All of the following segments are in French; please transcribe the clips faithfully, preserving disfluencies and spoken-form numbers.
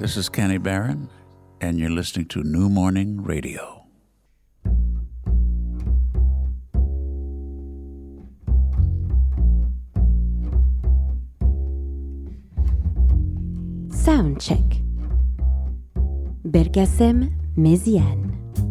This is Kenny Barron, and you're listening to New Morning Radio. Soundcheck. Belkacem Méziane.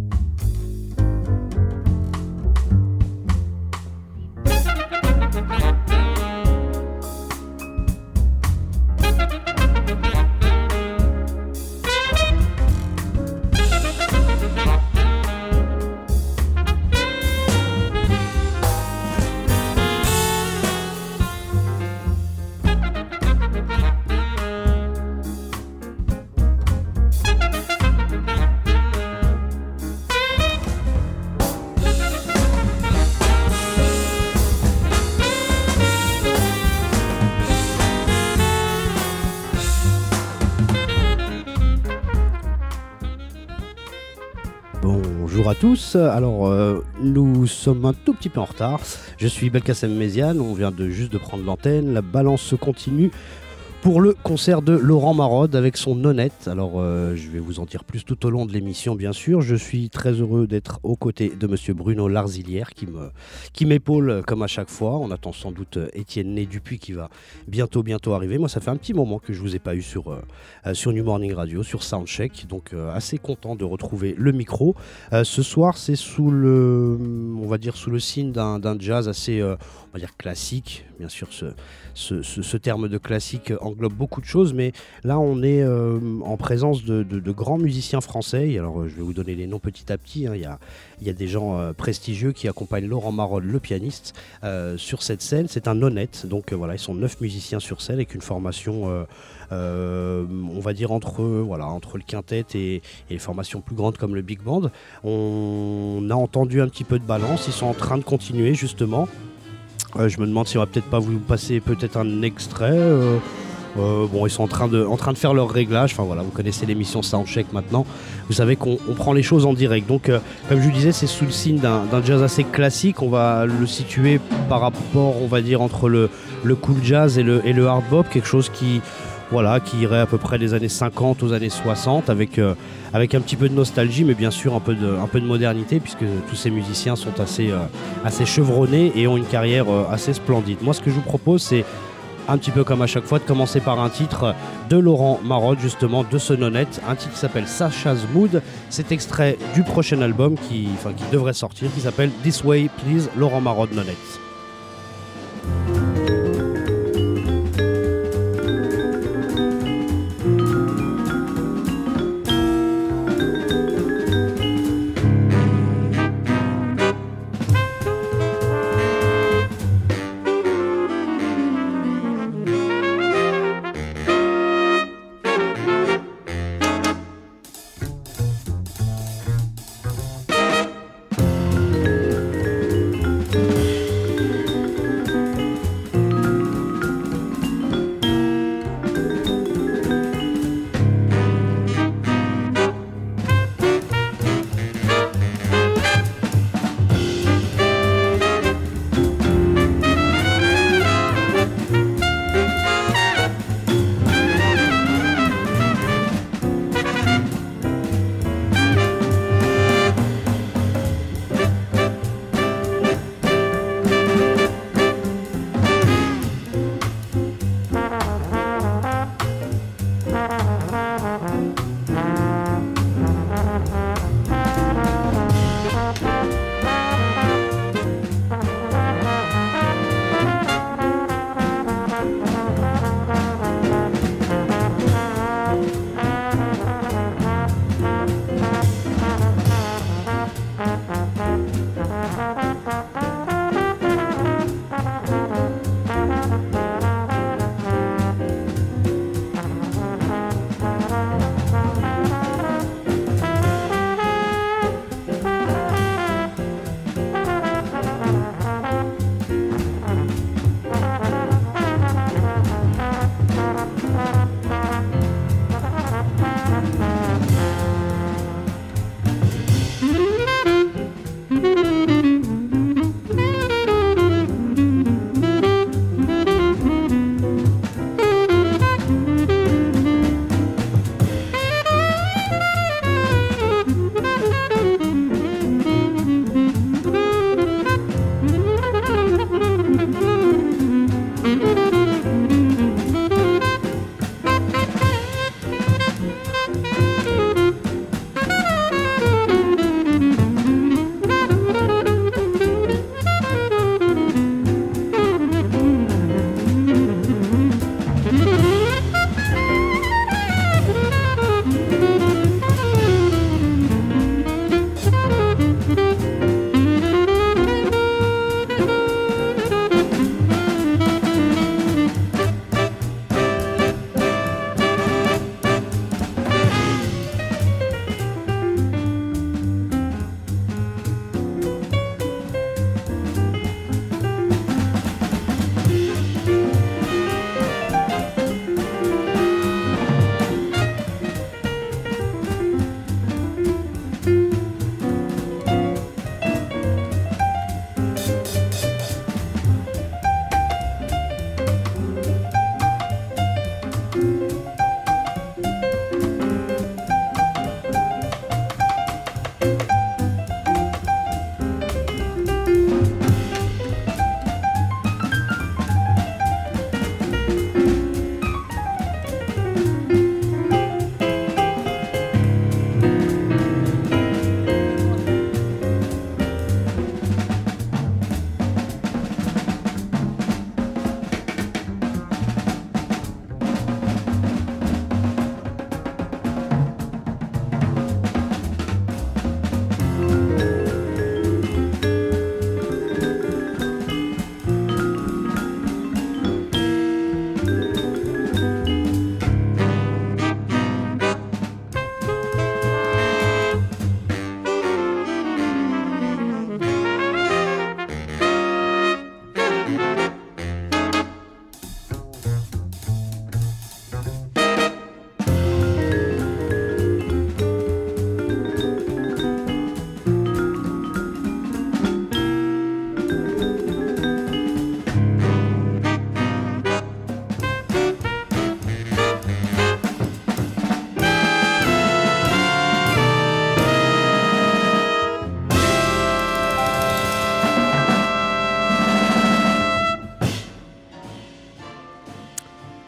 Bonjour à tous, alors euh, nous sommes un tout petit peu en retard, je suis Belkacem Méziane, on vient de juste de prendre l'antenne, la balance se continue pour le concert de Laurent Marode avec son nonnette. Alors euh, je vais vous en dire plus tout au long de l'émission bien sûr, je suis très heureux d'être aux côtés de monsieur Bruno Larzilière qui, me, qui m'épaule comme à chaque fois. On attend sans doute Étienne Né Dupuis qui va bientôt bientôt arriver. Moi ça fait un petit moment que je ne vous ai pas eu sur, euh, sur New Morning Radio, sur Soundcheck, donc euh, assez content de retrouver le micro. Euh, ce soir c'est sous le, on va dire sous le signe d'un, d'un jazz assez euh, on va dire classique, bien sûr ce, ce, ce, ce terme de classique englobe beaucoup de choses, mais là on est euh, en présence de, de, de grands musiciens français. Alors euh, je vais vous donner les noms petit à petit, hein. il, y a, il y a des gens euh, prestigieux qui accompagnent Laurent Marode, le pianiste, euh, sur cette scène. C'est un honnête, donc euh, voilà, ils sont neuf musiciens sur scène avec une formation euh, euh, on va dire entre, euh, voilà, entre le quintet et, et les formations plus grandes comme le big band. On a entendu un petit peu de balance, ils sont en train de continuer justement. Euh, je me demande si on va peut-être pas vous passer peut-être un extrait. Euh, euh, bon, ils sont en train de, en train de faire leur réglage. Enfin voilà, vous connaissez l'émission Soundcheck maintenant. Vous savez qu'on on prend les choses en direct. Donc, euh, comme je vous disais, c'est sous le signe d'un, d'un jazz assez classique. On va le situer par rapport, on va dire, entre le, le cool jazz et le, et le hard bop, quelque chose qui, voilà, qui irait à peu près des années cinquante aux années soixante, avec euh, avec un petit peu de nostalgie, mais bien sûr un peu de, un peu de modernité, puisque tous ces musiciens sont assez, euh, assez chevronnés et ont une carrière euh, assez splendide. Moi, ce que je vous propose, c'est un petit peu comme à chaque fois, de commencer par un titre de Laurent Marode, justement, de ce nonnette, un titre qui s'appelle Sacha's Mood. C'est extrait du prochain album qui, enfin, qui devrait sortir, qui s'appelle This Way Please, Laurent Marode nonnette.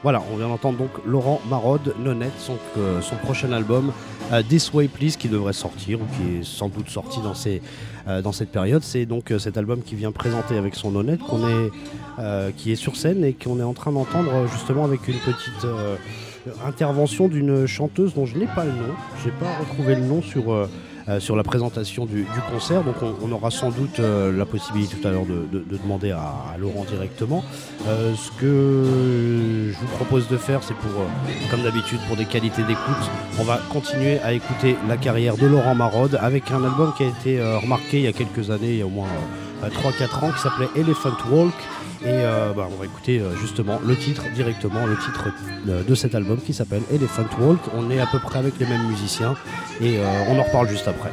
Voilà, on vient d'entendre donc Laurent Marode, Nonette, son, euh, son prochain album euh, This Way Please, qui devrait sortir ou qui est sans doute sorti dans, ces, euh, dans cette période. C'est donc euh, cet album qui vient présenter avec son Nonette, qu'on est, euh, qui est sur scène et qu'on est en train d'entendre euh, justement avec une petite euh, intervention d'une chanteuse dont je n'ai pas le nom. Je n'ai pas retrouvé le nom sur... Euh, Euh, sur la présentation du, du concert, donc on, on aura sans doute euh, la possibilité tout à l'heure de, de, de demander à, à Laurent directement. Euh, ce que je vous propose de faire, c'est pour, euh, comme d'habitude, pour des qualités d'écoute, on va continuer à écouter la carrière de Laurent Marode avec un album qui a été euh, remarqué il y a quelques années, il y a au moins euh, trois quatre ans, qui s'appelait Elephant Walk. Et euh, bah, on va écouter euh, justement le titre directement, le titre euh, de cet album qui s'appelle Elephant Walk. On est à peu près avec les mêmes musiciens et euh, on en reparle juste après.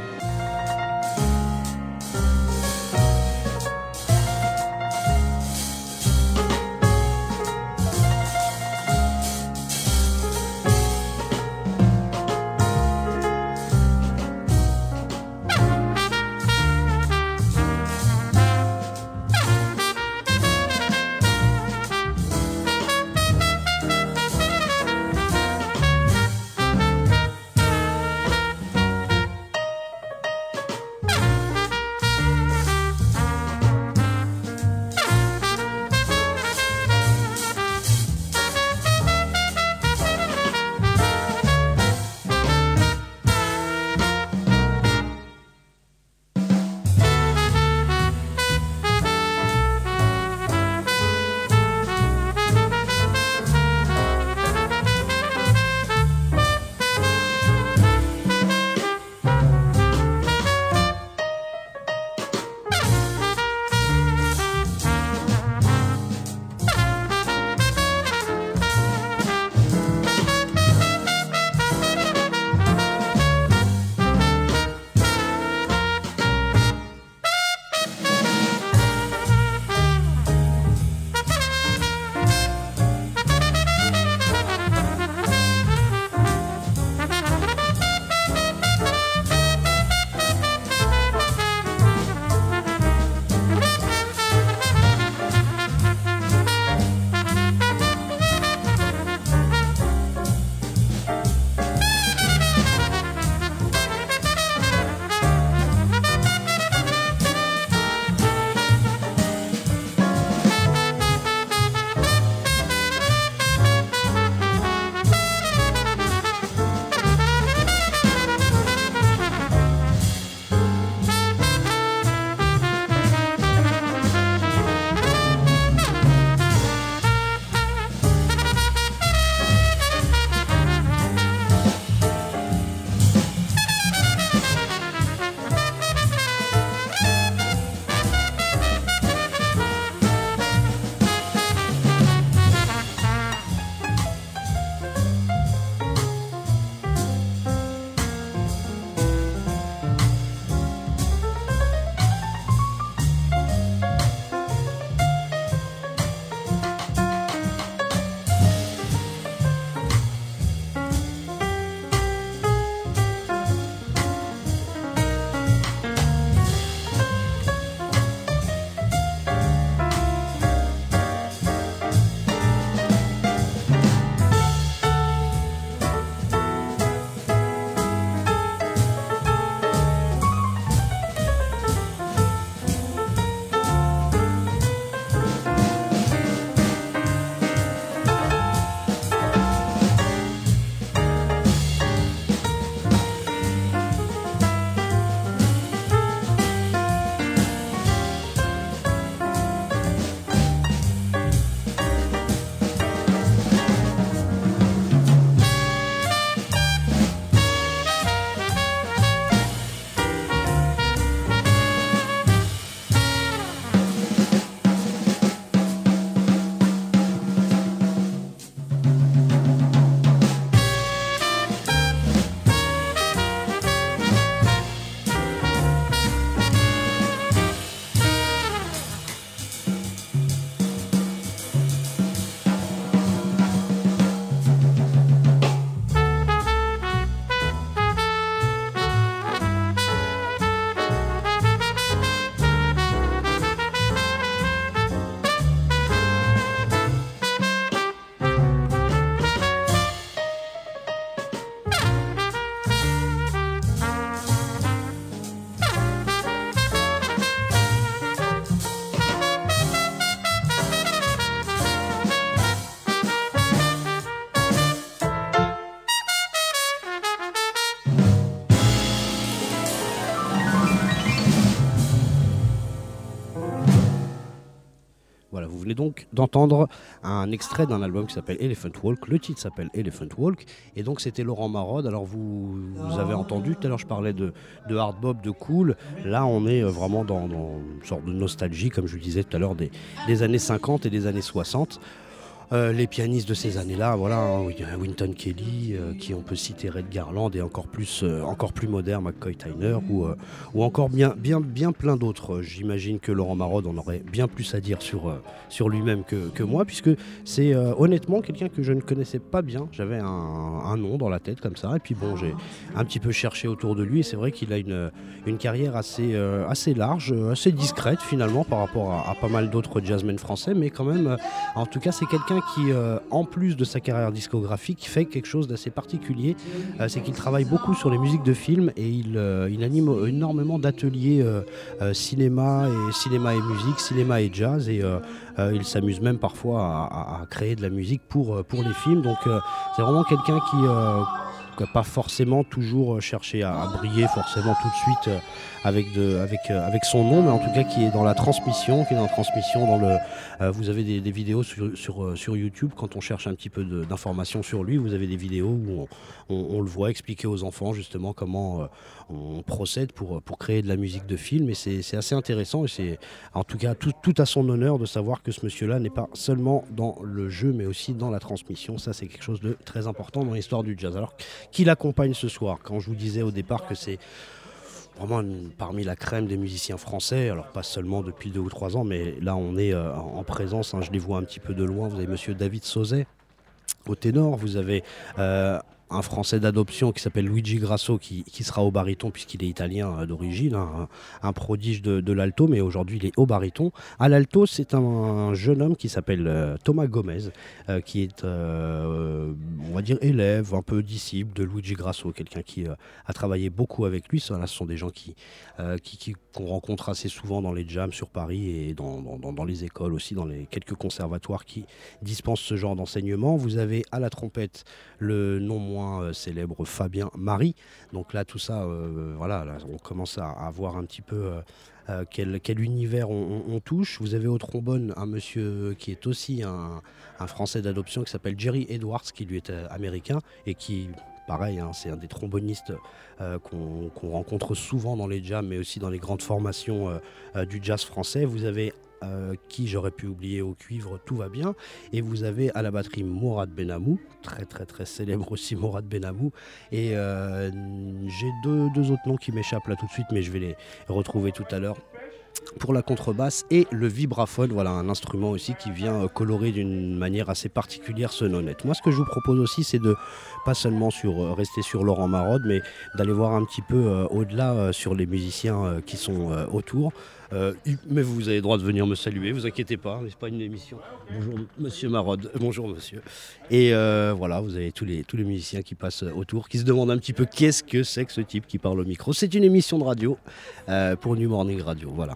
Voilà, vous venez donc d'entendre un extrait d'un album qui s'appelle Elephant Walk. Le titre s'appelle Elephant Walk. Et donc, c'était Laurent Marode. Alors, vous, vous avez entendu, tout à l'heure, je parlais de, de hard bop, de cool. Là, on est vraiment dans, dans une sorte de nostalgie, comme je le disais tout à l'heure, des, des années cinquante et des années soixante. Euh, les pianistes de ces années-là, voilà, hein, Wynton Kelly, euh, qui on peut citer Red Garland et encore plus, euh, encore plus moderne, McCoy Tyner, ou, euh, ou encore bien, bien, bien plein d'autres. J'imagine que Laurent Marode en aurait bien plus à dire sur, euh, sur lui-même que, que moi, puisque c'est euh, honnêtement quelqu'un que je ne connaissais pas bien. J'avais un, un nom dans la tête comme ça, et puis bon, j'ai un petit peu cherché autour de lui, et c'est vrai qu'il a une, une carrière assez, euh, assez large, assez discrète finalement par rapport à, à pas mal d'autres jazzmen français, mais quand même, euh, en tout cas, c'est quelqu'un qui, euh, en plus de sa carrière discographique, fait quelque chose d'assez particulier. Euh, c'est qu'il travaille beaucoup sur les musiques de films et il, euh, il anime énormément d'ateliers euh, euh, cinéma, et, cinéma et musique, cinéma et jazz. Et euh, euh, il s'amuse même parfois à, à, à créer de la musique pour, pour les films. Donc euh, c'est vraiment quelqu'un qui... Euh, n'a pas forcément toujours cherché à, à briller forcément tout de suite euh, avec, de, avec, euh, avec son nom, mais en tout cas qui est dans la transmission, qui est dans la transmission dans le... Euh, vous avez des, des vidéos sur, sur, euh, sur YouTube, quand on cherche un petit peu de, d'informations sur lui, vous avez des vidéos où on, on, on le voit expliquer aux enfants justement comment euh, on procède pour, pour créer de la musique de film, et c'est, c'est assez intéressant, et c'est en tout cas tout, tout à son honneur de savoir que ce monsieur-là n'est pas seulement dans le jeu, mais aussi dans la transmission. Ça, c'est quelque chose de très important dans l'histoire du jazz. Alors, qui l'accompagne ce soir? Quand je vous disais au départ que c'est vraiment une, parmi la crème des musiciens français, alors pas seulement depuis deux ou trois ans, mais là on est euh, en présence, hein, je les vois un petit peu de loin. Vous avez monsieur David Sauzet au ténor, vous avez euh, un Français d'adoption qui s'appelle Luigi Grasso qui, qui sera au baryton puisqu'il est italien euh, d'origine, hein, un, un prodige de, de l'alto, mais aujourd'hui il est au baryton. À l'alto, c'est un, un jeune homme qui s'appelle euh, Thomas Gomez, euh, qui est, euh, on va dire, élève, un peu disciple de Luigi Grasso, quelqu'un qui euh, a travaillé beaucoup avec lui. Ça, là, ce sont des gens qui, euh, qui, qui, qu'on rencontre assez souvent dans les jams sur Paris et dans, dans, dans les écoles aussi, dans les quelques conservatoires qui dispensent ce genre d'enseignement. Vous avez à la trompette le non moins Euh, célèbre Fabien Marie. Donc là, tout ça, euh, voilà, là, on commence à, à voir un petit peu euh, euh, quel, quel univers on, on, on touche. Vous avez au trombone un monsieur qui est aussi un, un Français d'adoption qui s'appelle Jerry Edwards, qui lui est euh, américain et qui... Pareil, hein, c'est un des trombonistes euh, qu'on, qu'on rencontre souvent dans les jams, mais aussi dans les grandes formations euh, euh, du jazz français. Vous avez euh, qui j'aurais pu oublier au cuivre, tout va bien. Et vous avez à la batterie Mourad Benamou, très très très célèbre aussi Mourad Benamou. Et euh, j'ai deux, deux autres noms qui m'échappent là tout de suite, mais je vais les retrouver tout à l'heure. Pour la contrebasse et le vibraphone, voilà un instrument aussi qui vient colorer d'une manière assez particulière ce nonnette. Moi, ce que je vous propose aussi, c'est de pas seulement sur, euh, rester sur Laurent Marode, mais d'aller voir un petit peu euh, au-delà euh, sur les musiciens euh, qui sont euh, autour. Euh, mais vous avez le droit de venir me saluer, vous inquiétez pas, c'est pas une émission. Bonjour monsieur Marode, bonjour monsieur. Et euh, voilà, vous avez tous les, tous les musiciens qui passent autour, qui se demandent un petit peu qu'est-ce que c'est que ce type qui parle au micro. C'est une émission de radio euh, pour New Morning Radio, voilà.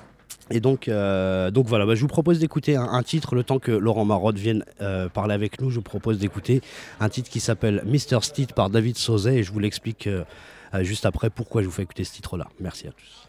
Et donc, euh, donc voilà, bah, je vous propose d'écouter un, un titre, le temps que Laurent Marode vienne euh, parler avec nous. Je vous propose d'écouter un titre qui s'appelle mister Steed par David Sauzet, et je vous l'explique euh, euh, juste après pourquoi je vous fais écouter ce titre-là. Merci à tous.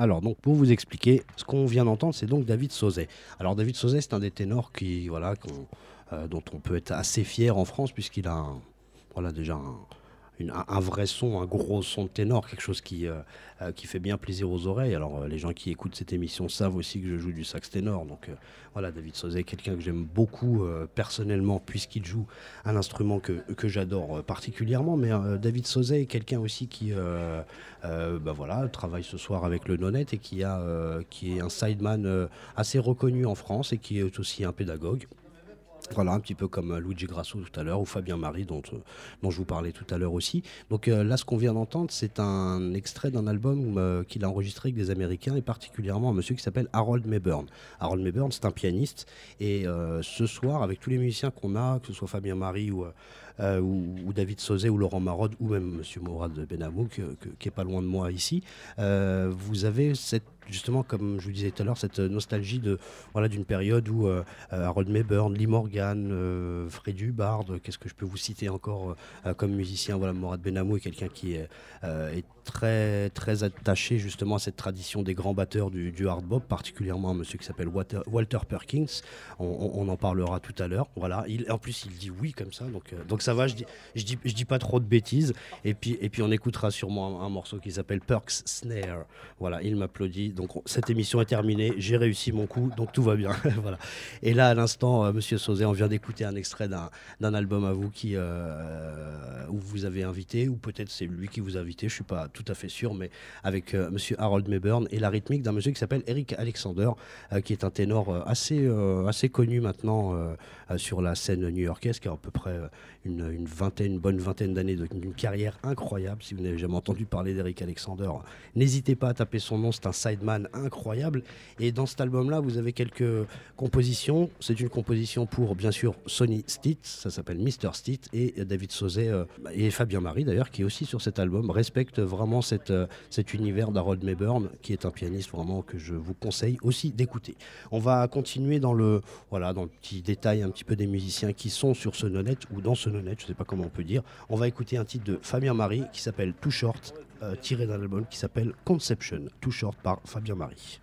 Alors, donc, pour vous expliquer, ce qu'on vient d'entendre, c'est donc David Sauzet. Alors, David Sauzet, c'est un des ténors qui, voilà, qu'on, euh, dont on peut être assez fier en France, puisqu'il a un, voilà, déjà un, une, un, un vrai son, un gros son de ténor, quelque chose qui, euh, euh, qui fait bien plaisir aux oreilles. Alors, euh, les gens qui écoutent cette émission savent aussi que je joue du sax ténor. Donc, euh, voilà, David Sauzet est quelqu'un que j'aime beaucoup euh, personnellement, puisqu'il joue un instrument que, que j'adore euh, particulièrement. Mais euh, David Sauzet est quelqu'un aussi qui euh, euh, bah voilà, travaille ce soir avec le Nonette et qui, a, euh, qui est un sideman euh, assez reconnu en France et qui est aussi un pédagogue. Voilà, un petit peu comme Luigi Grasso tout à l'heure ou Fabien Marie dont, euh, dont je vous parlais tout à l'heure aussi. Donc euh, là, ce qu'on vient d'entendre, c'est un extrait d'un album euh, qu'il a enregistré avec des Américains et particulièrement un monsieur qui s'appelle Harold Mayburn. Harold Mayburn, c'est un pianiste et euh, ce soir, avec tous les musiciens qu'on a, que ce soit Fabien Marie ou, euh, ou, ou David Sauzet ou Laurent Marode ou même monsieur Mourad Benamou, que, que, qui est pas loin de moi ici, euh, vous avez cette justement, comme je vous disais tout à l'heure, cette nostalgie de, voilà, d'une période où euh, Harold Mayburn, Lee Morgan, euh, Freddy Hubbard, qu'est-ce que je peux vous citer encore euh, comme musicien, voilà, Mourad Benamou est quelqu'un qui est, euh, est très, très attaché justement à cette tradition des grands batteurs du, du hard bop, particulièrement un monsieur qui s'appelle Walter, Walter Perkins, on, on, on en parlera tout à l'heure, voilà, il, en plus il dit oui comme ça, donc, euh, donc ça va, je dis, je, dis, je dis pas trop de bêtises, et puis, et puis on écoutera sûrement un, un morceau qui s'appelle Perks Snare, voilà, il m'applaudit. Donc cette émission est terminée, j'ai réussi mon coup, donc tout va bien. Voilà. Et là, à l'instant, euh, monsieur Sauzet, on vient d'écouter un extrait d'un, d'un album à vous qui, euh, où vous avez invité, ou peut-être c'est lui qui vous a invité, je ne suis pas tout à fait sûr, mais avec euh, monsieur Harold Mayburn et la rythmique d'un monsieur qui s'appelle Eric Alexander, euh, qui est un ténor euh, assez, euh, assez connu maintenant euh, euh, sur la scène new-yorkaise, qui a à peu près une, une vingtaine, une bonne vingtaine d'années de, d'une carrière incroyable. Si vous n'avez jamais entendu parler d'Eric Alexander, n'hésitez pas à taper son nom, c'est un sideman incroyable. Et dans cet album-là, vous avez quelques compositions. C'est une composition pour, bien sûr, Sonny Stitt, ça s'appelle mister Stitt, et David Sauzet euh, et Fabien Marie, d'ailleurs, qui est aussi sur cet album, respectent vraiment cette, euh, cet univers d'Harold Mayburn, qui est un pianiste vraiment que je vous conseille aussi d'écouter. On va continuer dans le, voilà, dans le petit détail un petit peu des musiciens qui sont sur ce Nonette, ou dans ce Nonette, je ne sais pas comment on peut dire. On va écouter un titre de Fabien Marie qui s'appelle Too Short, euh, tiré d'un album qui s'appelle Conception, Too Short par Fabien Marie.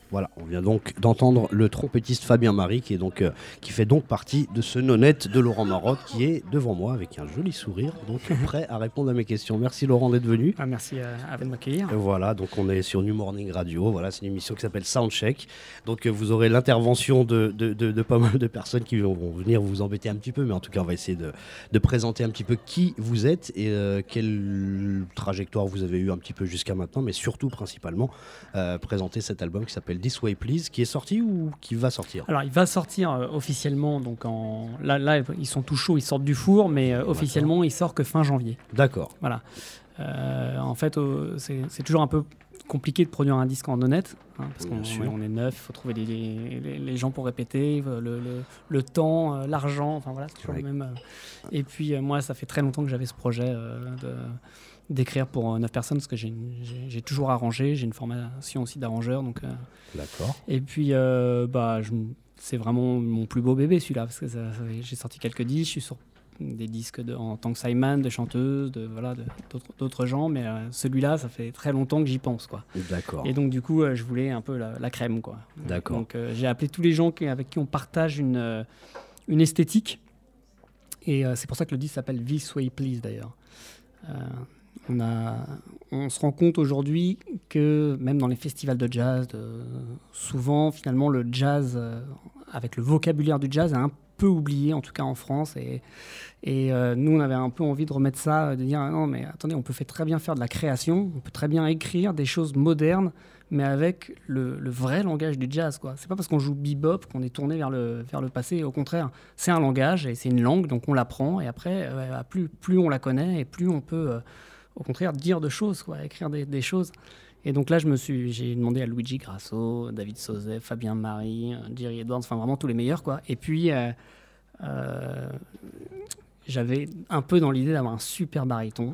Voilà, on vient donc d'entendre le trompettiste Fabien Marie qui, est donc, euh, qui fait donc partie de ce nonette de Laurent Marotte qui est devant moi avec un joli sourire, donc prêt à répondre à mes questions. Merci Laurent d'être venu. Ah, merci euh, à vous de m'accueillir. Et voilà, donc on est sur New Morning Radio, voilà, c'est une émission qui s'appelle Soundcheck. Donc euh, vous aurez l'intervention de, de, de, de pas mal de personnes qui vont, vont venir vous embêter un petit peu, mais en tout cas on va essayer de, de présenter un petit peu qui vous êtes et euh, quelle trajectoire vous avez eu un petit peu jusqu'à maintenant, mais surtout principalement euh, présenter cet album qui s'appelle This Way Please, qui est sorti ou qui va sortir? Alors il va sortir euh, officiellement, donc en... là, là ils sont tout chauds, ils sortent du four, mais euh, officiellement il sort que fin janvier. D'accord. Voilà. Euh, en fait, euh, c'est, c'est toujours un peu compliqué de produire un disque en honnête, hein, parce Oui, qu'on bien sûr. on est neuf, il faut trouver les, les, les gens pour répéter, le, le, le temps, euh, l'argent, enfin voilà, c'est toujours Oui. le même. euh. Et puis euh, moi, ça fait très longtemps que j'avais ce projet euh, de, d'écrire pour euh, neuf personnes, parce que j'ai, une- j'ai, j'ai toujours arrangé, j'ai une formation aussi d'arrangeur, donc. euh, D'accord. Et puis, euh, bah, je, c'est vraiment mon plus beau bébé celui-là, parce que ça- ça- j'ai sorti quelques disques, je suis sur des disques de, en tant que sideman, de chanteuse, de, voilà, de, d'autres, d'autres gens, mais euh, celui-là, ça fait très longtemps que j'y pense, quoi. D'accord. Et donc, du coup, euh, je voulais un peu la, la crème, quoi. D'accord. Donc, euh, j'ai appelé tous les gens qui, avec qui on partage une, euh, une esthétique, et euh, c'est pour ça que le disque s'appelle This Way Please, d'ailleurs. Euh, on, a, on se rend compte aujourd'hui que même dans les festivals de jazz, de- souvent finalement le jazz, euh, avec le vocabulaire du jazz, est un peu oublié, en tout cas en France. Et, et euh, nous, on avait un peu envie de remettre ça, de dire ah non, mais attendez, on peut fait très bien faire de la création, on peut très bien écrire des choses modernes, mais avec le, le vrai langage du jazz, quoi. C'est pas parce qu'on joue bebop qu'on est tourné vers le, vers le passé. Au contraire, c'est un langage et c'est une langue, donc on l'apprend. Et après, euh, plus, plus on la connaît et plus on peut, euh, au contraire, dire de choses, quoi, écrire des, des choses. Et donc là, je me suis, j'ai demandé à Luigi Grasso, David Sauzet, Fabien Marie, euh, Jerry Edwards, enfin vraiment tous les meilleurs, quoi. Et puis, euh, euh, j'avais un peu dans l'idée d'avoir un super baryton.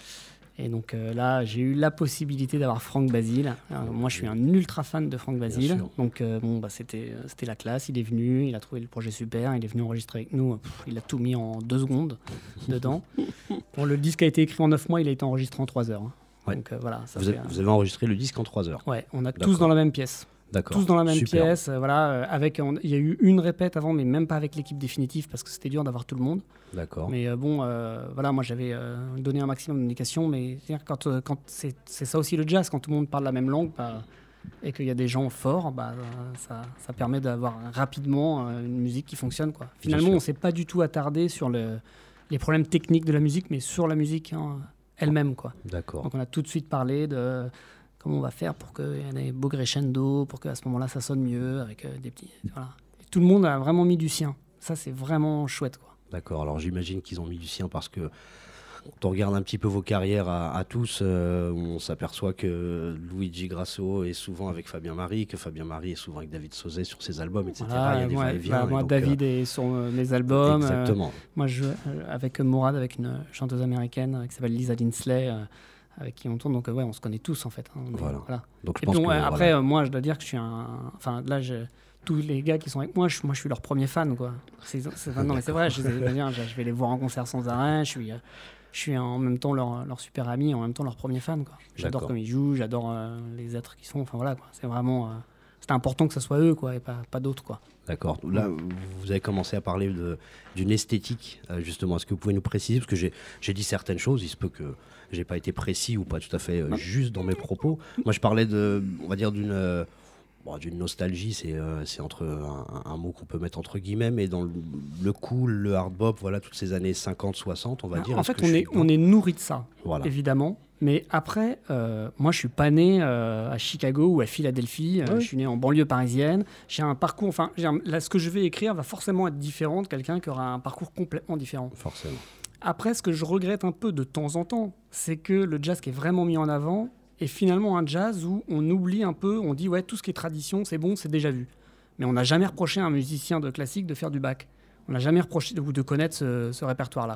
Et donc euh, là, j'ai eu la possibilité d'avoir Franck Basile. Alors, moi, je suis un ultra fan de Franck Basile. sûr. Donc euh, bon, bah, c'était, c'était la classe. Il est venu, il a trouvé le projet super, il est venu enregistrer avec nous. Pff, il a tout mis en deux secondes dedans. Bon, le disque a été écrit en neuf mois, il a été enregistré en trois heures. hein. Ouais. Donc euh, voilà, ça Vous, fait, avez, vous avez enregistré le disque en trois heures. Ouais, on a D'accord. tous dans la même pièce. D'accord. Tous dans la même Super. pièce, euh, voilà. euh, avec, on- il y a eu une répète avant, mais même pas avec l'équipe définitive parce que c'était dur d'avoir tout le monde. D'accord. Mais euh, bon, euh, voilà, moi j'avais euh, donné un maximum d'indications, mais c'est-à-dire quand, euh, quand c'est, c'est ça aussi le jazz, quand tout le monde parle la même langue bah, et qu'il y a des gens forts, bah, euh, ça, ça permet d'avoir rapidement euh, une musique qui fonctionne, quoi. Finalement, sûr. on s'est pas du tout attardé sur le, les problèmes techniques de la musique, mais sur la musique hein, elle-même, quoi. D'accord. Donc on a tout de suite parlé de comment on va faire pour qu'il y ait des beaux crescendo, pour qu'à ce moment-là ça sonne mieux, avec euh, des petits... Voilà. Et tout le monde a vraiment mis du sien. Ça, c'est vraiment chouette, quoi. D'accord. Alors j'imagine qu'ils ont mis du sien parce que quand on regarde un petit peu vos carrières à, à tous, euh, on s'aperçoit que Luigi Grasso est souvent avec Fabien Marie, que Fabien Marie est souvent avec David Sauzet sur ses albums, et cetera. Voilà, Il y a des moi, va-et-vient. bah, et moi, donc, David est sur euh, mes albums. euh, euh, exactement. moi, je joue euh, avec Mourad, avec une chanteuse américaine euh, qui s'appelle Lisa Dinsley, euh, avec qui on tourne. Donc, euh, ouais, on se connaît tous, en fait. hein. On est- Voilà. Donc je Et pense puis, que ouais, voilà. après, euh, moi, je dois dire que je suis un... Enfin, là, je... tous les gars qui sont avec moi, je, moi, je suis leur premier fan, quoi. C'est, c'est- enfin, non, mais c'est vrai, je, les ai- je veux dire, je, je vais les voir en concert sans arrêt. Je suis, euh, je suis en même temps leur, leur super ami, en même temps leur premier fan, quoi. J'adore D'accord. comme ils jouent, j'adore euh, les êtres qui sont. Enfin, voilà, quoi. C'est vraiment... euh, c'est important que ce soit eux, quoi, et pas, pas d'autres, quoi. D'accord. Là, vous avez commencé à parler de, d'une esthétique, euh, justement. Est-ce que vous pouvez nous préciser? Parce que j'ai, j'ai dit certaines choses, il se peut que j'ai pas été précis ou pas tout à fait euh, juste dans mes propos. Moi, je parlais de, on va dire, d'une, euh, bon, d'une nostalgie, c'est, euh, c'est entre un, un mot qu'on peut mettre entre guillemets, mais dans le, le cool, le hard bop, voilà, toutes ces années cinquante, soixante, on va dire. En Est-ce fait, que on je est, suis on est nourri de ça, Voilà. évidemment. Mais après, euh, moi, je suis pas né euh, à Chicago ou à Philadelphie. Euh, Ouais. Je suis né en banlieue parisienne. J'ai un parcours. Enfin, j'ai un- là, ce que je vais écrire va forcément être différent de quelqu'un qui aura un parcours complètement différent. Forcément. Après, ce que je regrette un peu de temps en temps, c'est que le jazz qui est vraiment mis en avant est finalement un jazz où on oublie un peu. On dit ouais, tout ce qui est tradition, c'est bon, c'est déjà vu. Mais on n'a jamais reproché à un musicien de classique de faire du bac. On n'a jamais reproché de, ou de connaître ce, ce répertoire-là.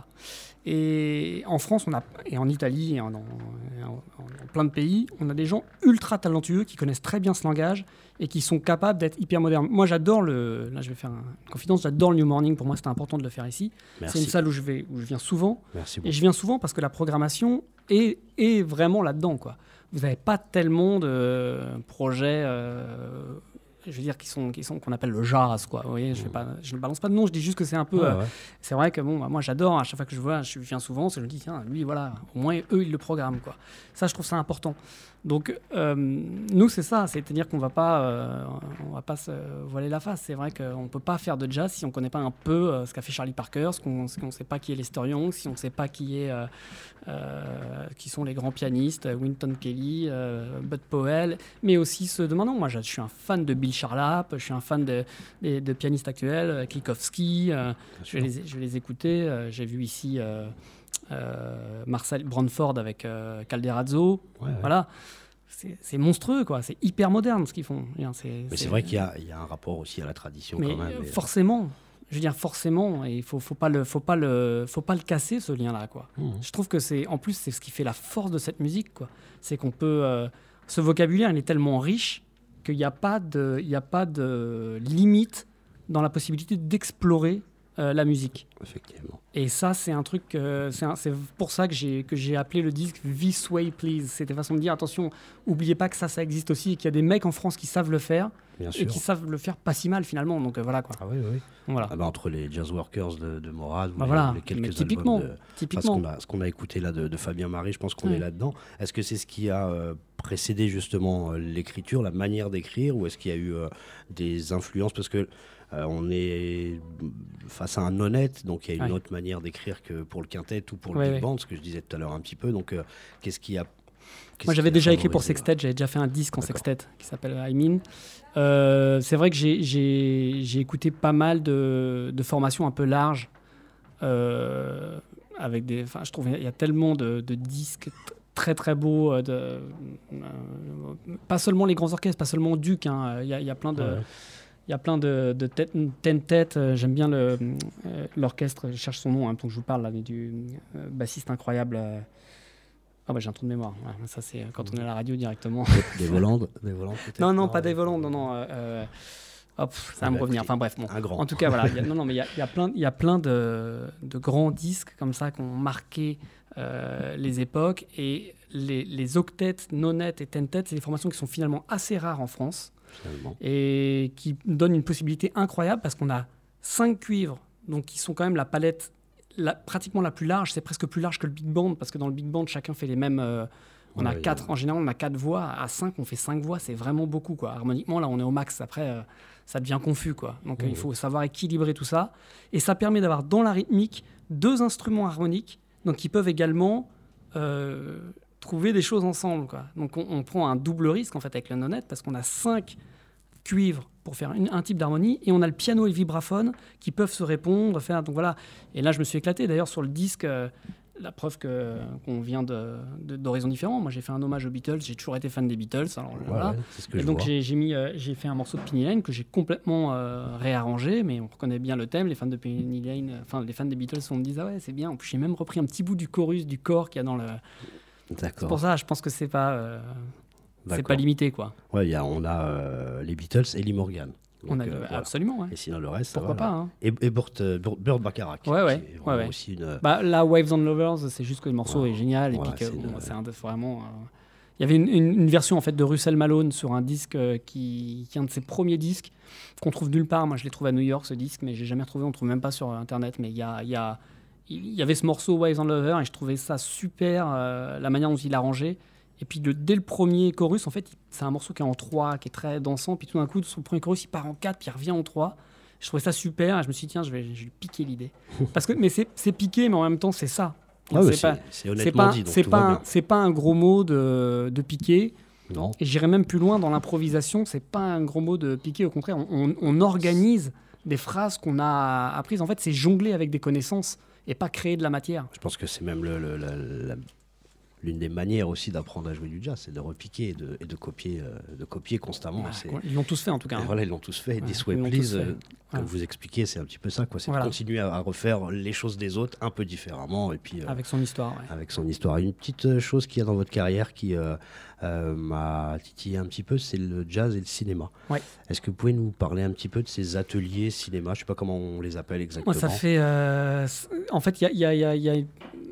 Et en France, on a, et en Italie, et en, en- en- en plein de pays, on a des gens ultra talentueux qui connaissent très bien ce langage et qui sont capables d'être hyper modernes. Moi, j'adore le... Là, je vais faire une confidence. J'adore le New Morning. Pour moi, c'était important de le faire ici. Merci. C'est une salle où je, vais, où je viens souvent. Merci Et beaucoup. je viens souvent parce que la programmation est, est vraiment là-dedans, quoi. vous n'avez pas tellement de projets, euh, je veux dire, qui sont, qui sont, qu'on appelle le jazz, quoi. Vous voyez, je, vais pas, je ne balance pas de nom, je dis juste que c'est un peu... Ouais, euh, ouais. C'est vrai que bon, bah, moi, j'adore, à chaque fois que je vois, je viens souvent, je me dis, tiens, lui, voilà, au moins, eux, ils le programment, quoi. Ça, je trouve ça important. Donc, euh, nous, c'est ça, c'est-à-dire qu'on va pas, euh, on va pas se voiler la face. C'est vrai qu'on ne peut pas faire de jazz si on ne connaît pas un peu euh, ce qu'a fait Charlie Parker, si on ne sait pas qui est Lester Young, si on ne sait pas qui, est, euh, euh, qui sont les grands pianistes, Wynton Kelly, euh, Bud Powell, mais aussi ceux de maintenant. Moi, je, je suis un fan de Bill Charlap, je suis un fan de, de, de pianistes actuels, Tchaïkovski, euh, je, vais les, je vais les écouter. Euh, j'ai vu ici... Euh, Euh, Marcel Branford avec euh, Calderazzo, Ouais, ouais. voilà, c'est, c'est monstrueux, quoi. C'est hyper moderne ce qu'ils font. C'est, Mais c'est, c'est vrai qu'il y a, il y a un rapport aussi à la tradition mais quand même. euh, mais- forcément, je veux dire forcément, et il faut, faut pas le, faut pas le, faut pas le casser ce lien-là, quoi. Mmh. Je trouve que c'est, en plus, c'est ce qui fait la force de cette musique, quoi. C'est qu'on peut, euh, ce vocabulaire, il est tellement riche qu'il n'y a pas de, il y a pas de limite dans la possibilité d'explorer euh, la musique. Effectivement. Et ça, c'est un truc, euh, c'est, un- c'est pour ça que j'ai, que j'ai appelé le disque This Way Please. C'était façon de dire, attention, oubliez pas que ça, ça existe aussi et qu'il y a des mecs en France qui savent le faire Bien et sûr. qui savent le faire pas si mal finalement. Donc euh, voilà, quoi. Ah oui, oui. Voilà. Ah bah, entre les Jazz Workers de, de Morad, ou Bah les, voilà. les quelques Mais albums typiquement, de... Enfin, ce, typiquement. qu'on a, ce qu'on a écouté là de, de Fabien Marie, je pense qu'on Ouais. est là-dedans. Est-ce que c'est ce qui a euh, précédé justement euh, l'écriture, la manière d'écrire, ou est-ce qu'il y a eu euh, des influences? Parce que euh, on est face à un honnête, donc il y a une Ouais. autre manière d'écrire que pour le quintet ou pour le Ouais, big ouais. band, ce que je disais tout à l'heure un petit peu. Donc euh, qu'est-ce qui a qu'est-ce Moi, qui j'avais a déjà écrit pour favorisé, Sextet, j'avais déjà fait un disque en D'accord. sextet qui s'appelle I Mean. Euh, c'est vrai que j'ai, j'ai, j'ai écouté pas mal de, de formations un peu larges. Euh, avec des, enfin, je trouve qu'il y a tellement de, de disques t- très très beaux. euh, De, euh, pas seulement les grands orchestres, pas seulement Duke. hein, Il y, a- il y a plein de. Ouais. Il y a plein de, de têtes, ten têtes. euh, J'aime bien le, euh, l'orchestre. Je cherche son nom, hein, donc je vous parle là, mais du euh, bassiste incroyable. euh. Ah bah j'ai un trou de mémoire. Ouais, ça c'est euh, quand on est à la radio directement. Des Volandes, des Volandes peut-être. non non, pas des volants. Non non. euh, euh, hop, ça va Ah me bah, revenir. écoutez, Enfin bref, bon. un grand. En tout cas voilà. il y a- non non, mais il y a, il y a plein, il y a plein de, de grands disques comme ça qui ont marqué euh, les époques et les, les octets, nonettes et tentet, c'est des formations qui sont finalement assez rares en France. Finalement. Et qui donne une possibilité incroyable parce qu'on a cinq cuivres, donc qui sont quand même la palette la, pratiquement la plus large. C'est presque plus large que le big band parce que dans le big band, chacun fait les mêmes. euh, on Ouais, a il y quatre, a- en général, on a quatre voix. À cinq, on fait cinq voix. C'est vraiment beaucoup, quoi. Harmoniquement, là, on est au max. Après, euh, ça devient confus, quoi. Donc, euh, Mhm. il faut savoir équilibrer tout ça. Et ça permet d'avoir dans la rythmique deux instruments harmoniques, donc qui peuvent également euh, trouver des choses ensemble, quoi. Donc, on, on prend un double risque en fait avec le nonette parce qu'on a cinq cuivres pour faire une- un type d'harmonie et on a le piano et le vibraphone qui peuvent se répondre, faire donc voilà. Et là, je me suis éclaté d'ailleurs sur le disque. euh, la preuve que, qu'on vient de, de- d'horizons différents. Moi, j'ai fait un hommage aux Beatles. J'ai toujours été fan des Beatles. Alors, Ouais, voilà. ouais, c'est ce que Et je donc vois. j'ai, j'ai, mis, euh, j'ai fait un morceau de Penny Lane que j'ai complètement euh, réarrangé, mais on reconnaît bien le thème. Les fans de Penny Lane, euh, enfin les fans des Beatles, on me disent ah ouais c'est bien. En plus j'ai même repris un petit bout du chorus du corps qu'il y a dans le. C'est D'accord. pour ça, je pense que c'est pas, euh, c'est D'accord. pas limité quoi. Ouais, il y a, on a euh, les Beatles et Lee Morgan. On a Donc, euh, voilà. absolument. Ouais. Et sinon le reste, ça Pourquoi va, pas là. hein. Et, et Burt, euh, Burt, Burt Bacharach. Ouais, ouais, qui est ouais, vraiment ouais. aussi une. Bah, là, Waves on Lovers, c'est juste que le morceau Ouais. est génial et Ouais, puis que c'est bon, une- c'est un, vraiment. euh, Il y avait une, une- une version en fait de Russell Malone sur un disque euh, qui, qui est un de ses premiers disques qu'on trouve nulle part. Moi, je l'ai trouvé à New York ce disque, mais j'ai jamais retrouvé. On ne trouve même pas sur internet. Mais il y a, il y a, il y avait ce morceau Waves on Lovers et je trouvais ça super euh, la manière dont il a arrangé. Et puis le- dès le premier chorus, en fait, c'est un morceau qui est en trois, qui est très dansant. Puis tout d'un coup, son premier chorus, il part en quatre, puis il revient en trois. Je trouvais ça super. Et je me suis dit tiens, je vais, je vais lui piquer l'idée. Parce que mais c'est, c'est piqué, mais en même temps, c'est ça. Ah ouais, c'est c'est, pas, c'est c'est honnêtement pas, dit. Donc c'est tout pas, va un, bien. c'est pas un gros mot de, de piquer. Non. Et j'irais même plus loin dans l'improvisation. C'est pas un gros mot de piquer. Au contraire, on, on- on organise des phrases qu'on a apprises. En fait, c'est jongler avec des connaissances et pas créer de la matière. Je pense que c'est même le, le- la- la- l'une des manières aussi d'apprendre à jouer du jazz, c'est de repiquer et de, et de copier, euh, de copier constamment. Bah, C'est- ils l'ont tous fait en tout cas. et hein. voilà, ils l'ont tous fait. Ouais, This ils Way l'ont Please, tous fait. euh, comme Voilà. vous expliquez, c'est un petit peu ça. Quoi. C'est Voilà. de continuer à, à refaire les choses des autres un peu différemment. Et puis, euh, Avec son histoire. ouais. avec son histoire. Une petite euh, chose qu'il y a dans votre carrière qui euh, euh, m'a titillé un petit peu, c'est le jazz et le cinéma. Ouais. Est-ce que vous pouvez nous parler un petit peu de ces ateliers cinéma? Je ne sais pas comment on les appelle exactement. Moi, ça fait. euh, c- en fait, il y a, il y a- il y a- il y a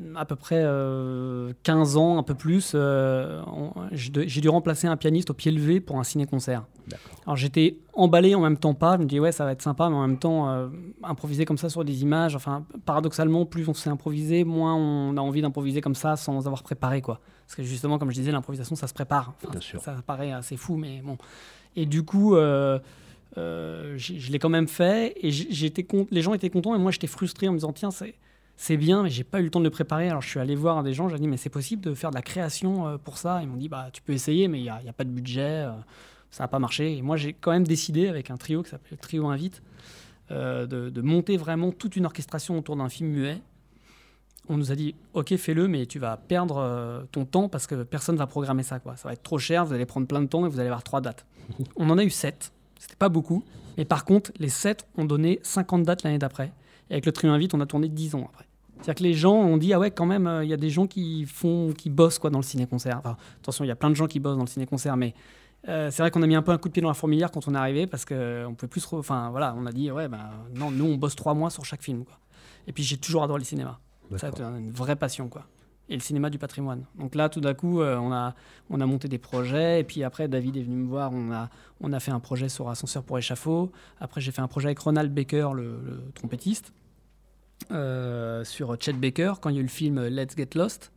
à peu près euh, quinze ans, un peu plus, euh, on- j'ai de- j'ai dû remplacer un pianiste au pied levé pour un ciné-concert. D'accord. Alors j'étais emballé, en même temps pas. Je me dis ouais, ça va être sympa, mais en même temps euh, improviser comme ça sur des images. Enfin, paradoxalement, plus on sait improviser, moins on a envie d'improviser comme ça sans avoir préparé, quoi. Parce que justement, comme je disais, l'improvisation, ça se prépare. Enfin, Bien sûr. Ça paraît assez fou, mais bon. Et du coup, euh, euh, j'ai- je l'ai quand même fait. Et j'ai- j'étais con- les gens étaient contents, et moi j'étais frustré en me disant tiens, c'est c'est bien, mais j'ai pas eu le temps de le préparer. Alors je suis allé voir des gens, j'ai dit mais c'est possible de faire de la création euh, pour ça. Ils m'ont dit bah tu peux essayer, mais il y a, il y a pas de budget, euh, ça n'a pas marché. Et moi j'ai quand même décidé avec un trio qui s'appelle Trio Invite euh, de, de monter vraiment toute une orchestration autour d'un film muet. On nous a dit ok, fais-le, mais tu vas perdre euh, ton temps parce que personne va programmer ça, quoi. Ça va être trop cher, vous allez prendre plein de temps et vous allez avoir trois dates. On en a eu sept, c'était pas beaucoup, mais par contre les sept ont donné cinquante dates l'année d'après. Et avec le Trio Invite, on a tourné dix ans après. C'est-à-dire que les gens ont dit ah ouais, quand même, il euh, y a des gens qui font, qui bossent, quoi, dans le ciné-concert. Enfin, attention, il y a plein de gens qui bossent dans le ciné-concert, mais euh, c'est vrai qu'on a mis un peu un coup de pied dans la fourmilière quand on est arrivé parce que on pouvait plus. Re... Enfin voilà, on a dit ouais ben non, nous on bosse trois mois sur chaque film, quoi. Et puis j'ai toujours adoré le cinéma. Ça a été une vraie passion, quoi. Et le cinéma du patrimoine. Donc là, tout d'un coup, euh, on a on a monté des projets. Et puis après, David est venu me voir. On a on a fait un projet sur Ascenseur pour échafaud. Après, j'ai fait un projet avec Ronald Baker, le, le trompettiste. Euh, sur Chet Baker quand il y a eu le film Let's Get Lost.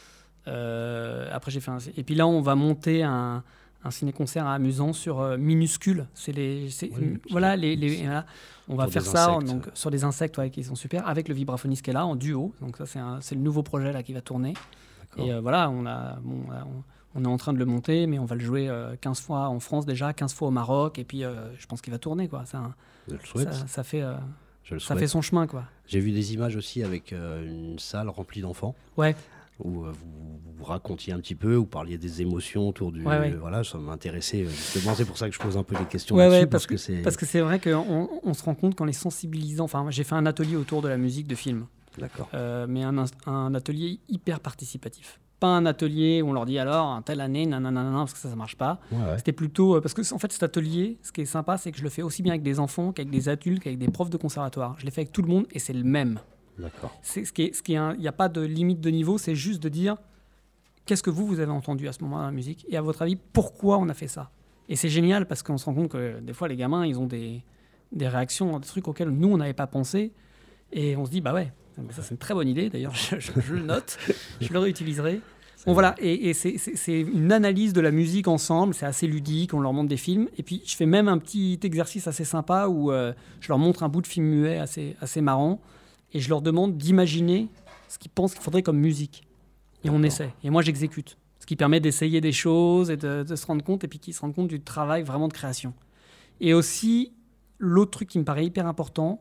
Euh, après j'ai fait un... et puis là on va monter un, un ciné-concert amusant sur euh, Minuscule. C'est les, c'est, Oui, voilà les, les voilà. On va Sur faire des ça insectes. donc sur des insectes, ouais, qui sont super, avec le vibraphoniste qui est là en duo. Donc ça c'est, un, c'est le nouveau projet là qui va tourner. D'accord. Et euh, voilà, on a bon, on, on est en train de le monter, mais on va le jouer euh, quinze fois en France déjà, quinze fois au Maroc, et puis euh, je pense qu'il va tourner, quoi. Ça, Je le souhaite. ça, ça fait euh, Je le ça souhaite. fait son chemin, quoi. J'ai vu des images aussi avec euh, une salle remplie d'enfants. Ouais. Où euh, vous, vous racontiez un petit peu, vous parliez des émotions autour du. Ouais, ouais. euh, voilà, ça m'intéressait euh, justement. C'est pour ça que je pose un peu des questions Ouais, là-dessus. ouais, parce parce que, c'est. Parce que c'est vrai qu'on on se rend compte qu'en les sensibilisant. Enfin, moi, j'ai fait un atelier autour de la musique de film, D'accord. euh, mais un, inst- un atelier hyper participatif. Pas un atelier où on leur dit alors, en telle année, nanana, parce que ça, ça marche pas. Ouais, ouais. C'était plutôt. euh, Parce que, en fait, cet atelier, ce qui est sympa, c'est que je le fais aussi bien avec des enfants qu'avec des adultes, qu'avec des profs de conservatoire. Je l'ai fait avec tout le monde et c'est le même. D'accord. C'est, ce qui est, ce qui est un- il n'y a pas de limite de niveau, c'est juste de dire qu'est-ce que vous, vous avez entendu à ce moment-là dans la musique et à votre avis, pourquoi on a fait ça. Et c'est génial parce qu'on se rend compte que euh, des fois, les gamins, ils ont des, des réactions, des trucs auxquels nous, on n'avait pas pensé. Et on se dit, bah ouais, ça c'est une très bonne idée. D'ailleurs, je, je- je le note, je le réutiliserai. Bon, voilà, et, et c'est, c'est- c'est une analyse de la musique ensemble, c'est assez ludique, on leur montre des films. Et puis, je fais même un petit exercice assez sympa où euh, je leur montre un bout de film muet assez, assez marrant et je leur demande d'imaginer ce qu'ils pensent qu'il faudrait comme musique. Et on essaie. Et moi, j'exécute. Ce qui permet d'essayer des choses et de, de se rendre compte, et puis qu'ils se rendent compte du travail vraiment de création. Et aussi, l'autre truc qui me paraît hyper important,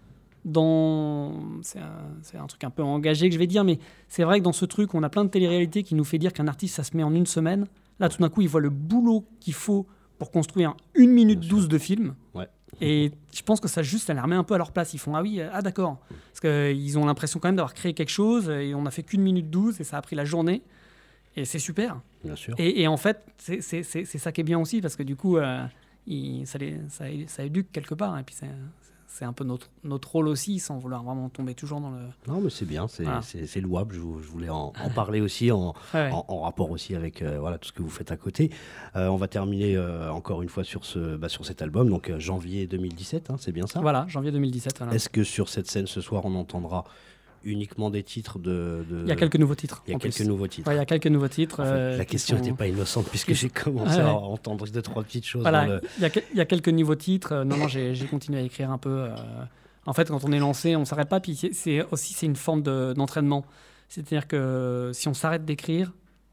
dans... c'est, un, c'est un truc un peu engagé que je vais dire, mais c'est vrai que dans ce truc, on a plein de télé-réalités qui nous fait dire qu'un artiste, ça se met en une semaine. Là, tout d'un coup, il voit le boulot qu'il faut pour construire une minute douze de film. Ouais. Et je pense que ça, juste, ça les remet un peu à leur place. Ils font « Ah oui, ah d'accord ». Parce qu'ils ont l'impression quand même d'avoir créé quelque chose, et on a fait qu'une minute douze, et ça a pris la journée. Et c'est super. Bien sûr. Et, et en fait, c'est, c'est, c'est, c'est ça qui est bien aussi, parce que du coup, euh, il, ça, les, ça, ça éduque quelque part. Et puis, c'est, c'est un peu notre, notre rôle aussi, sans vouloir vraiment tomber toujours dans le... Non, mais c'est bien, c'est, Voilà. c'est, c'est louable. Je, vou- je voulais en, en parler aussi, en, Ouais, ouais. en, en rapport aussi avec euh, voilà, tout ce que vous faites à côté. Euh, on va terminer euh, encore une fois sur, ce, bah, sur cet album, donc euh, janvier deux mille dix-sept, hein, c'est bien ça. Voilà, janvier deux mille dix-sept. Voilà. Est-ce que sur cette scène ce soir, on entendra uniquement des titres de. de- Il y a quelques nouveaux titres. Il y a en quelques plus. nouveaux titres. Ouais, il y a quelques nouveaux titres. En fait, euh, la qui question sont- n'était pas innocente puisque qui- j'ai commencé Ouais, à ouais. entendre deux, trois petites choses Voilà, dans le. il y, a que- il y a quelques nouveaux titres. Euh, non, non, j'ai, j'ai continué à écrire un peu. euh, En fait, quand on est lancé, on s'arrête pas. Puis c'est, c'est aussi c'est une forme de, d'entraînement. C'est-à-dire que si on s'arrête d'écrire,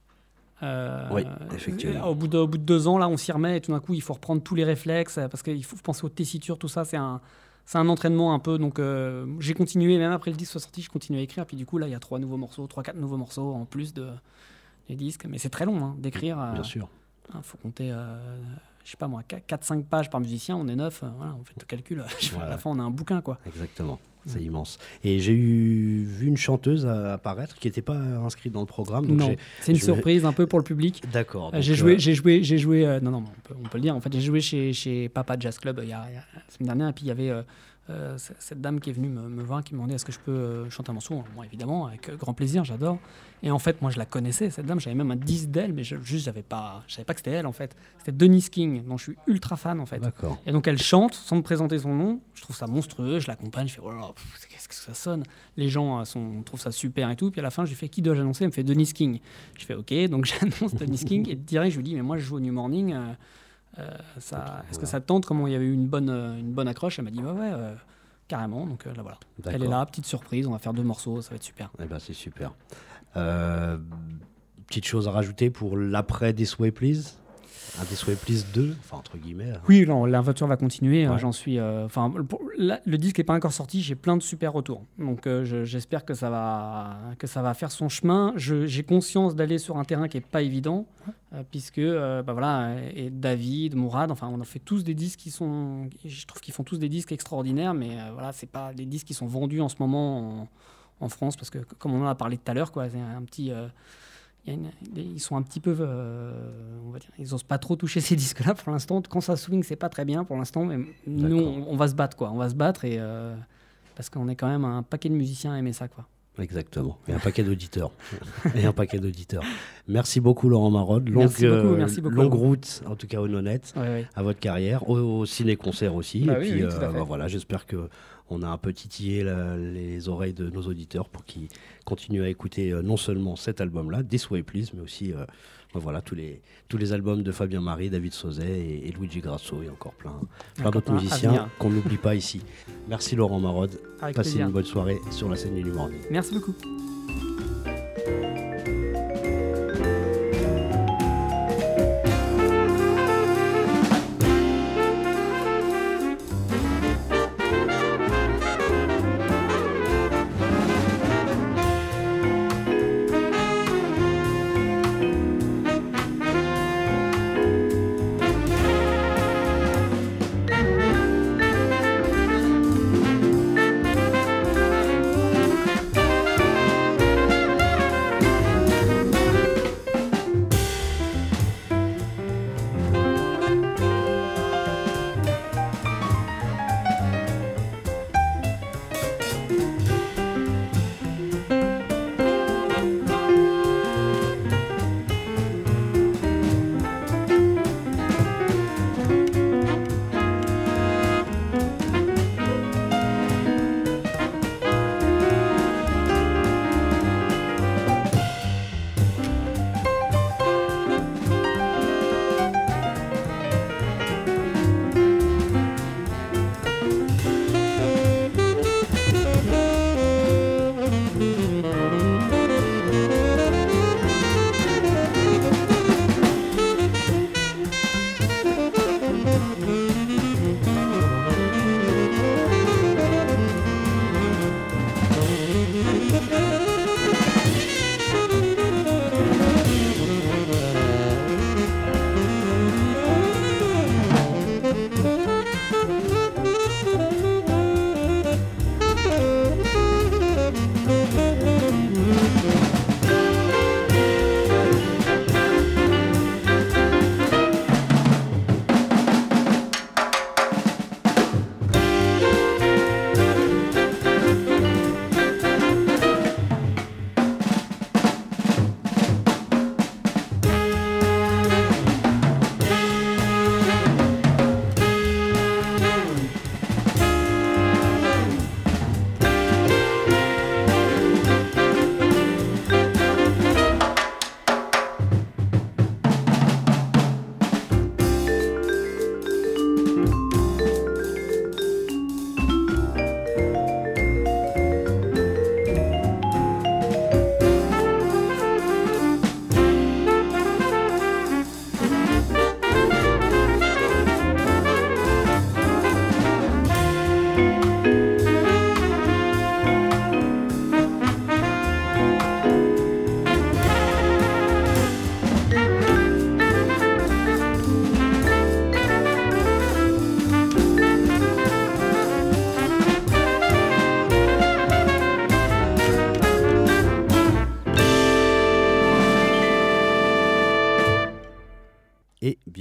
euh, Oui, effectivement. Au bout, de, au bout de deux ans, là, on s'y remet et tout d'un coup, il faut reprendre tous les réflexes euh, parce qu'il faut penser aux tessitures, tout ça. C'est un, c'est un entraînement un peu. Donc, euh, j'ai continué, même après le disque soit sorti, je continue à écrire. Puis du coup, là, il y a trois nouveaux morceaux, trois, quatre nouveaux morceaux en plus de, des disques. Mais c'est très long hein, d'écrire. euh, Bien sûr. Il faut compter, euh, je sais pas moi, quatre cinq pages par musicien, on est neuf, euh, voilà, on fait le calcul. Ouais. À la fin, on a un bouquin, quoi. Exactement. C'est immense. Et j'ai eu, vu une chanteuse à- apparaître qui n'était pas inscrite dans le programme. Donc non, j'ai- c'est une je vais- surprise un peu pour le public. D'accord. Euh, donc, j'ai euh, joué, j'ai joué, j'ai joué. euh, non, non, on peut, on peut le dire. En fait, j'ai joué chez, chez Papa Jazz Club euh, il y a, il y a- la semaine dernière, et puis il y avait euh, euh, c- cette dame qui est venue me, me voir, qui me demandait est-ce que je peux euh, chanter un morceau. Moi, évidemment, avec euh, grand plaisir, j'adore. Et en fait, moi, je la connaissais, cette dame. J'avais même un disque d'elle, mais je, juste, j'avais pas, je savais pas que c'était elle, en fait. C'était Denise King, dont je suis ultra fan, en fait. D'accord. Et donc, elle chante sans me présenter son nom. Je trouve ça monstrueux. Je l'accompagne. Je fais, oh là là, pff, qu'est-ce que ça sonne. Les gens euh, sont, trouvent ça super et tout. Puis à la fin, je lui fais, qui dois-je annoncer? Elle me fait Denise King. Je fais, ok. Donc, j'annonce Denise King. Et direct, je lui dis, mais moi, je joue au New Morning. Euh, euh, ça, est-ce que ça te tente? Comment il y avait eu une bonne, euh, une bonne accroche? Elle m'a dit, bah ouais, euh, carrément. Donc euh, là, voilà. D'accord. Elle est là, petite surprise. On va faire deux morceaux. Ça va être super. Eh ben, c'est super. Euh, petite chose à rajouter pour l'après This Way Please? Un This Way Please deux, enfin entre guillemets. hein. Oui, non, l'aventure va continuer. Ouais. euh, J'en suis. euh, Enfin, pour- là, le disque n'est pas encore sorti. J'ai plein de super retours. Donc, euh, je- j'espère que ça va que ça va faire son chemin. Je- J'ai conscience d'aller sur un terrain qui est pas évident, euh, puisque euh, bah voilà, et David, Mourad, enfin, on a fait tous des disques qui sont. Je trouve qu'ils font tous des disques extraordinaires, mais euh, voilà, c'est pas des disques qui sont vendus en ce moment en, en France, parce que comme on en a parlé tout à l'heure, quoi, c'est un petit. euh, il y a une- des- ils sont un petit peu, euh, on va dire, ils osent pas trop toucher ces disques-là pour l'instant. Quand ça swing, c'est pas très bien pour l'instant, mais nous, D'accord. on, on va se battre, quoi. On va se battre et euh, parce qu'on est quand même un paquet de musiciens à aimer ça, quoi. Exactement. Et un paquet d'auditeurs. Et un paquet d'auditeurs. Merci beaucoup, Laurent Marode. Longue, Merci beaucoup, euh, merci beaucoup. longue route, en tout cas honnête, Ouais, ouais. à votre carrière, au, au ciné-concert aussi. Bah et oui, puis, oui, tout à euh, fait. bah voilà, j'espère que on a un peu titillé la- les oreilles de nos auditeurs pour qu'ils continuent à écouter euh, non seulement cet album-là, This Way Please, mais aussi euh, bah voilà, tous, les, tous les albums de Fabien Marie, David Sauzet et, et Luigi Grasso et encore plein, plein Encore d'autres plein à musiciens venir. qu'on n'oublie pas ici. Merci Laurent Marode. Avec Passez plaisir. une bonne soirée sur la scène du New Morning. Merci beaucoup. Thank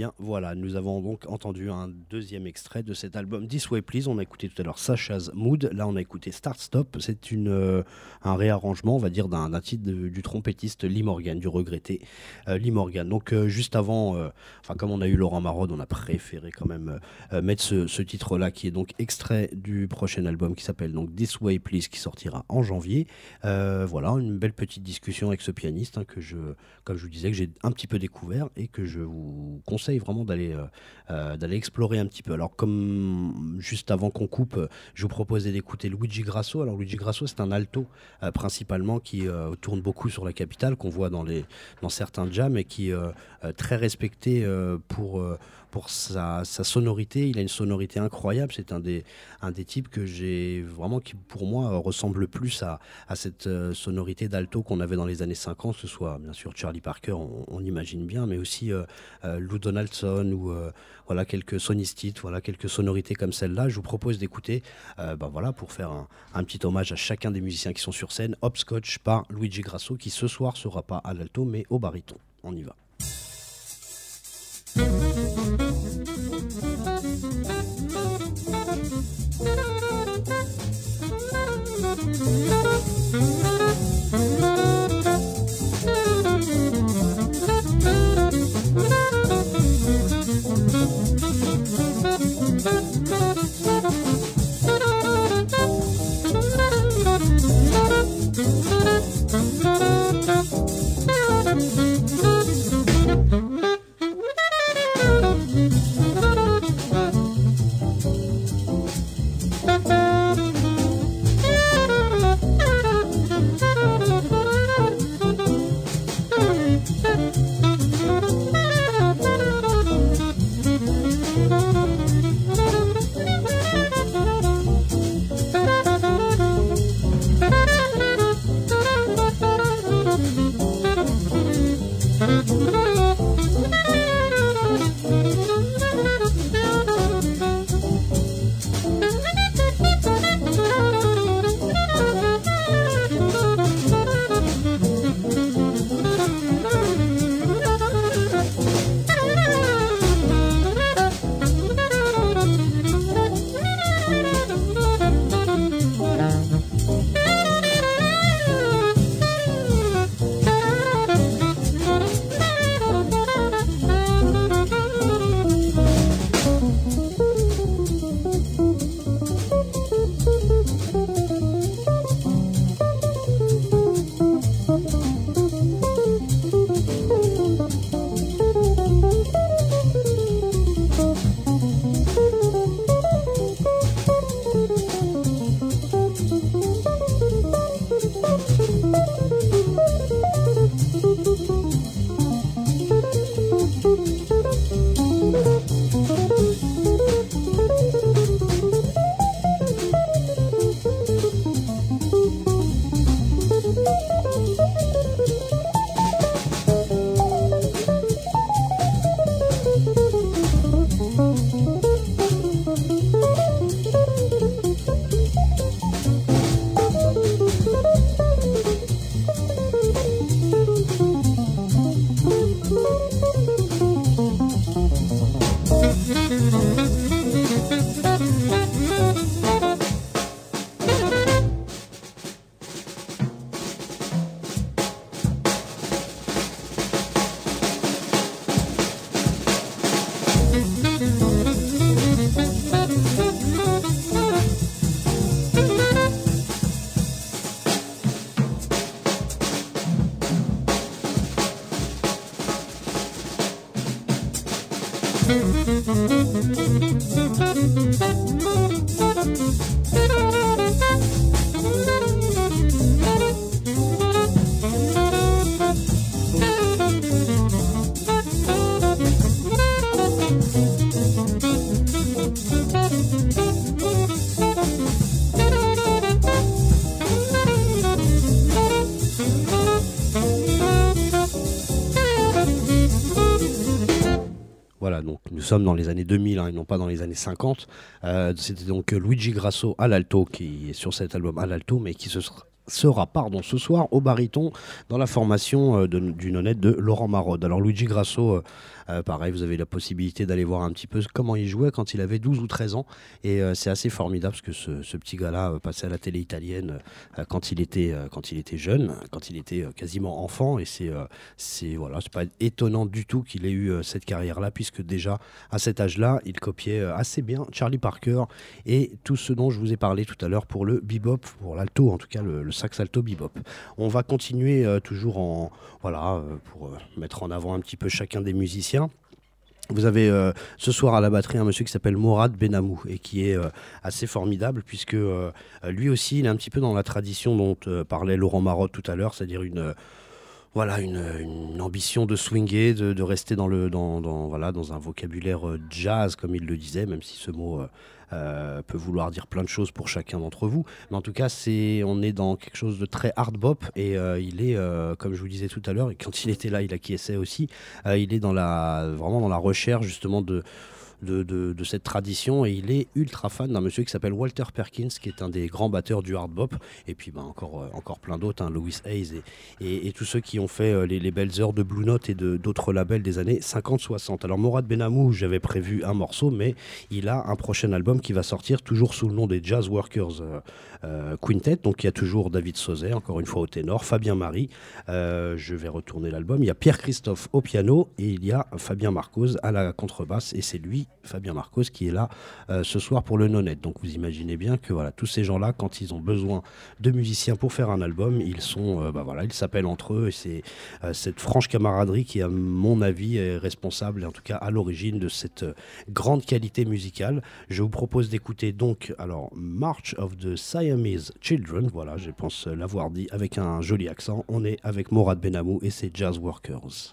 bien voilà, nous avons donc entendu un deuxième extrait de cet album This Way Please. On a écouté tout à l'heure Sacha's Mood, là on a écouté Start Stop. C'est une, euh, un réarrangement, on va dire, d'un, d'un titre de, du trompettiste Lee Morgan, du regretté euh, Lee Morgan. Donc euh, juste avant, euh, enfin comme on a eu Laurent Marode, on a préféré quand même euh, mettre ce, ce titre-là qui est donc extrait du prochain album qui s'appelle donc This Way Please, qui sortira en janvier. Euh, voilà, une belle petite discussion avec ce pianiste hein, que je, comme je vous disais, que j'ai un petit peu découvert et que je vous conseille vraiment d'aller, euh, euh, d'aller explorer un petit peu. Alors comme juste avant qu'on coupe, je vous proposais d'écouter Luigi Grasso. Alors Luigi Grasso, c'est un alto euh, principalement qui euh, tourne beaucoup sur la capitale, qu'on voit dans, les, dans certains jams et qui est euh, euh, très respecté euh, pour... Euh, pour sa, sa sonorité. Il a une sonorité incroyable, c'est un des, un des types que j'ai vraiment, qui pour moi ressemble le plus à, à cette euh, sonorité d'alto qu'on avait dans les années cinquante, que ce soit bien sûr Charlie Parker, on, on imagine bien, mais aussi euh, euh, Lou Donaldson ou euh, voilà, quelques sonistites, voilà, quelques sonorités comme celle-là. Je vous propose d'écouter euh, ben voilà, pour faire un, un petit hommage à chacun des musiciens qui sont sur scène, Hopscotch par Luigi Grasso, qui ce soir sera pas à l'alto mais au baryton. On y va. Nous sommes dans les années deux mille hein, et non pas dans les années cinquante. Euh, c'était donc Luigi Grasso à l'alto qui est sur cet album à l'alto, mais qui se sera sera pardon, ce soir au baryton dans la formation euh, de, du nonnette de Laurent Marode. Alors Luigi Grasso, euh, euh, pareil, vous avez la possibilité d'aller voir un petit peu comment il jouait quand il avait douze ou treize ans et euh, c'est assez formidable parce que ce, ce petit gars-là euh, passait à la télé italienne euh, quand, il était, euh, quand il était jeune, quand il était euh, quasiment enfant et c'est, euh, c'est, voilà, c'est pas étonnant du tout qu'il ait eu euh, cette carrière-là puisque déjà à cet âge-là, il copiait euh, assez bien Charlie Parker et tout ce dont je vous ai parlé tout à l'heure pour le bebop, pour l'alto en tout cas, le, le sax alto bebop. On va continuer euh, toujours en voilà euh, pour euh, mettre en avant un petit peu chacun des musiciens. Vous avez euh, ce soir à la batterie un monsieur qui s'appelle Mourad Benamou et qui est euh, assez formidable puisque euh, lui aussi il est un petit peu dans la tradition dont euh, parlait Laurent Marode tout à l'heure, c'est-à-dire une euh, voilà une, une ambition de swinger, de, de rester dans le dans, dans voilà dans un vocabulaire euh, jazz comme il le disait, même si ce mot euh, Euh, peut vouloir dire plein de choses pour chacun d'entre vous, mais en tout cas c'est, on est dans quelque chose de très hard bop et euh, il est euh, comme je vous disais tout à l'heure et quand il était là il acquiesçait aussi, euh, il est dans la, vraiment dans la recherche justement de De, de, de cette tradition et il est ultra fan d'un monsieur qui s'appelle Walter Perkins qui est un des grands batteurs du hard bop et puis ben, encore, euh, encore plein d'autres, hein, Louis Hayes et, et, et tous ceux qui ont fait euh, les, les belles heures de Blue Note et de, d'autres labels des années cinquante soixante. Alors Mourad Benamou, j'avais prévu un morceau mais il a un prochain album qui va sortir toujours sous le nom des Jazz Workers euh, euh, Quintet, donc il y a toujours David Sauzet encore une fois au ténor, Fabien Marie, euh, je vais retourner l'album, il y a Pierre-Christophe au piano et il y a Fabien Marcos à la contrebasse et c'est lui Fabien Marcos qui est là euh, ce soir pour le nonnette. Donc vous imaginez bien que voilà, tous ces gens-là, quand ils ont besoin de musiciens pour faire un album, ils sont, euh, bah voilà, ils s'appellent entre eux et c'est euh, cette franche camaraderie qui, à mon avis, est responsable, et en tout cas à l'origine de cette euh, grande qualité musicale. Je vous propose d'écouter donc alors March of the Siamese Children. Voilà, je pense l'avoir dit avec un joli accent. On est avec Mourad Benamou et ses Jazz Workers.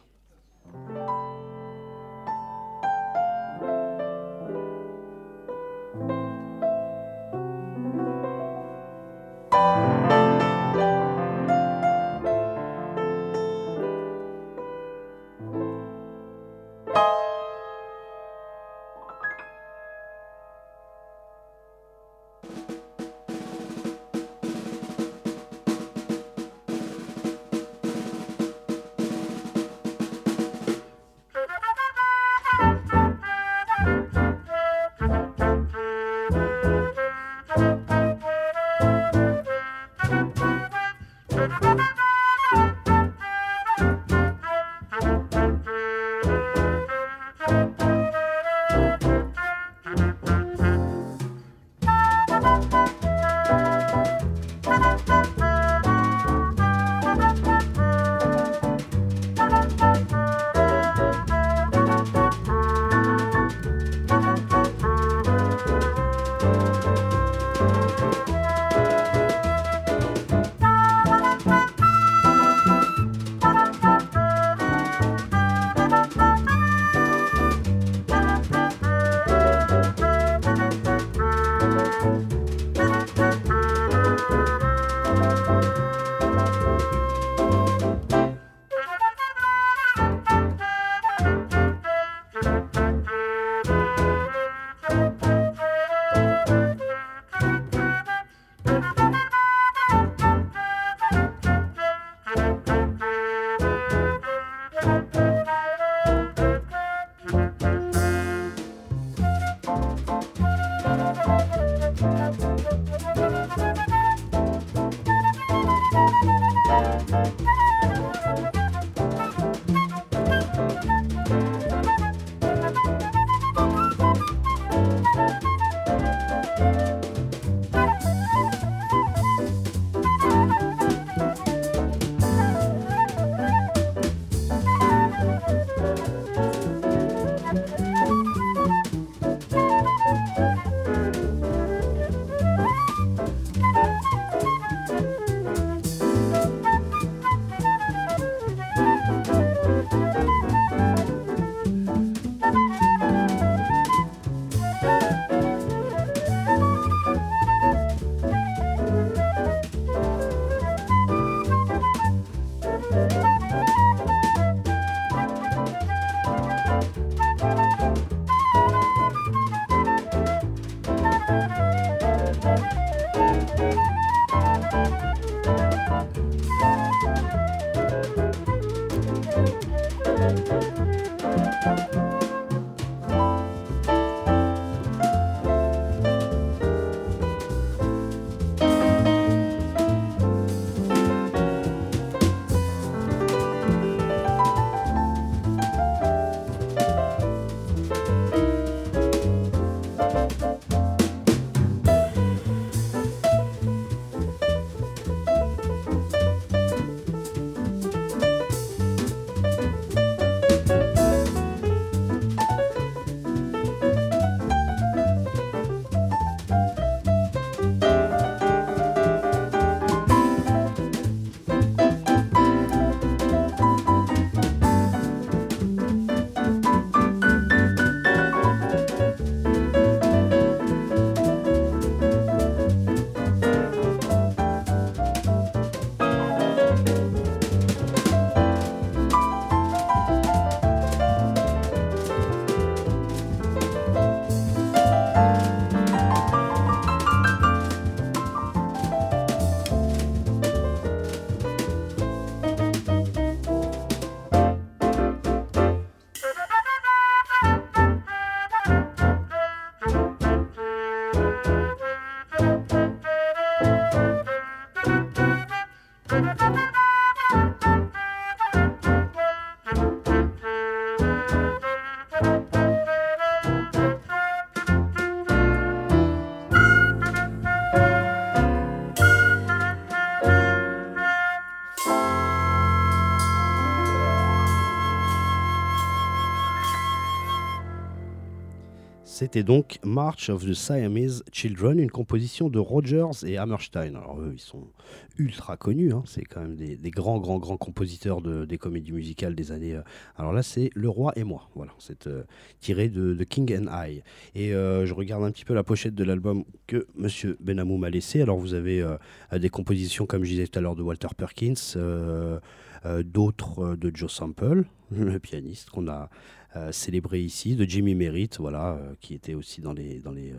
C'était donc March of the Siamese Children, une composition de Rodgers et Hammerstein. Alors eux, ils sont ultra connus, hein. C'est quand même des, des grands, grands, grands compositeurs de, des comédies musicales des années... Euh, alors là, c'est Le Roi et moi, voilà, c'est euh, tiré de, de King and I. Et euh, je regarde un petit peu la pochette de l'album que Monsieur Benhamou m'a laissé. Alors vous avez euh, des compositions, comme je disais tout à l'heure, de Walter Perkins, euh, euh, d'autres euh, de Joe Sample, le pianiste qu'on a... Euh, célébré ici, de Jimmy Merritt, voilà, euh, qui était aussi dans les, dans les,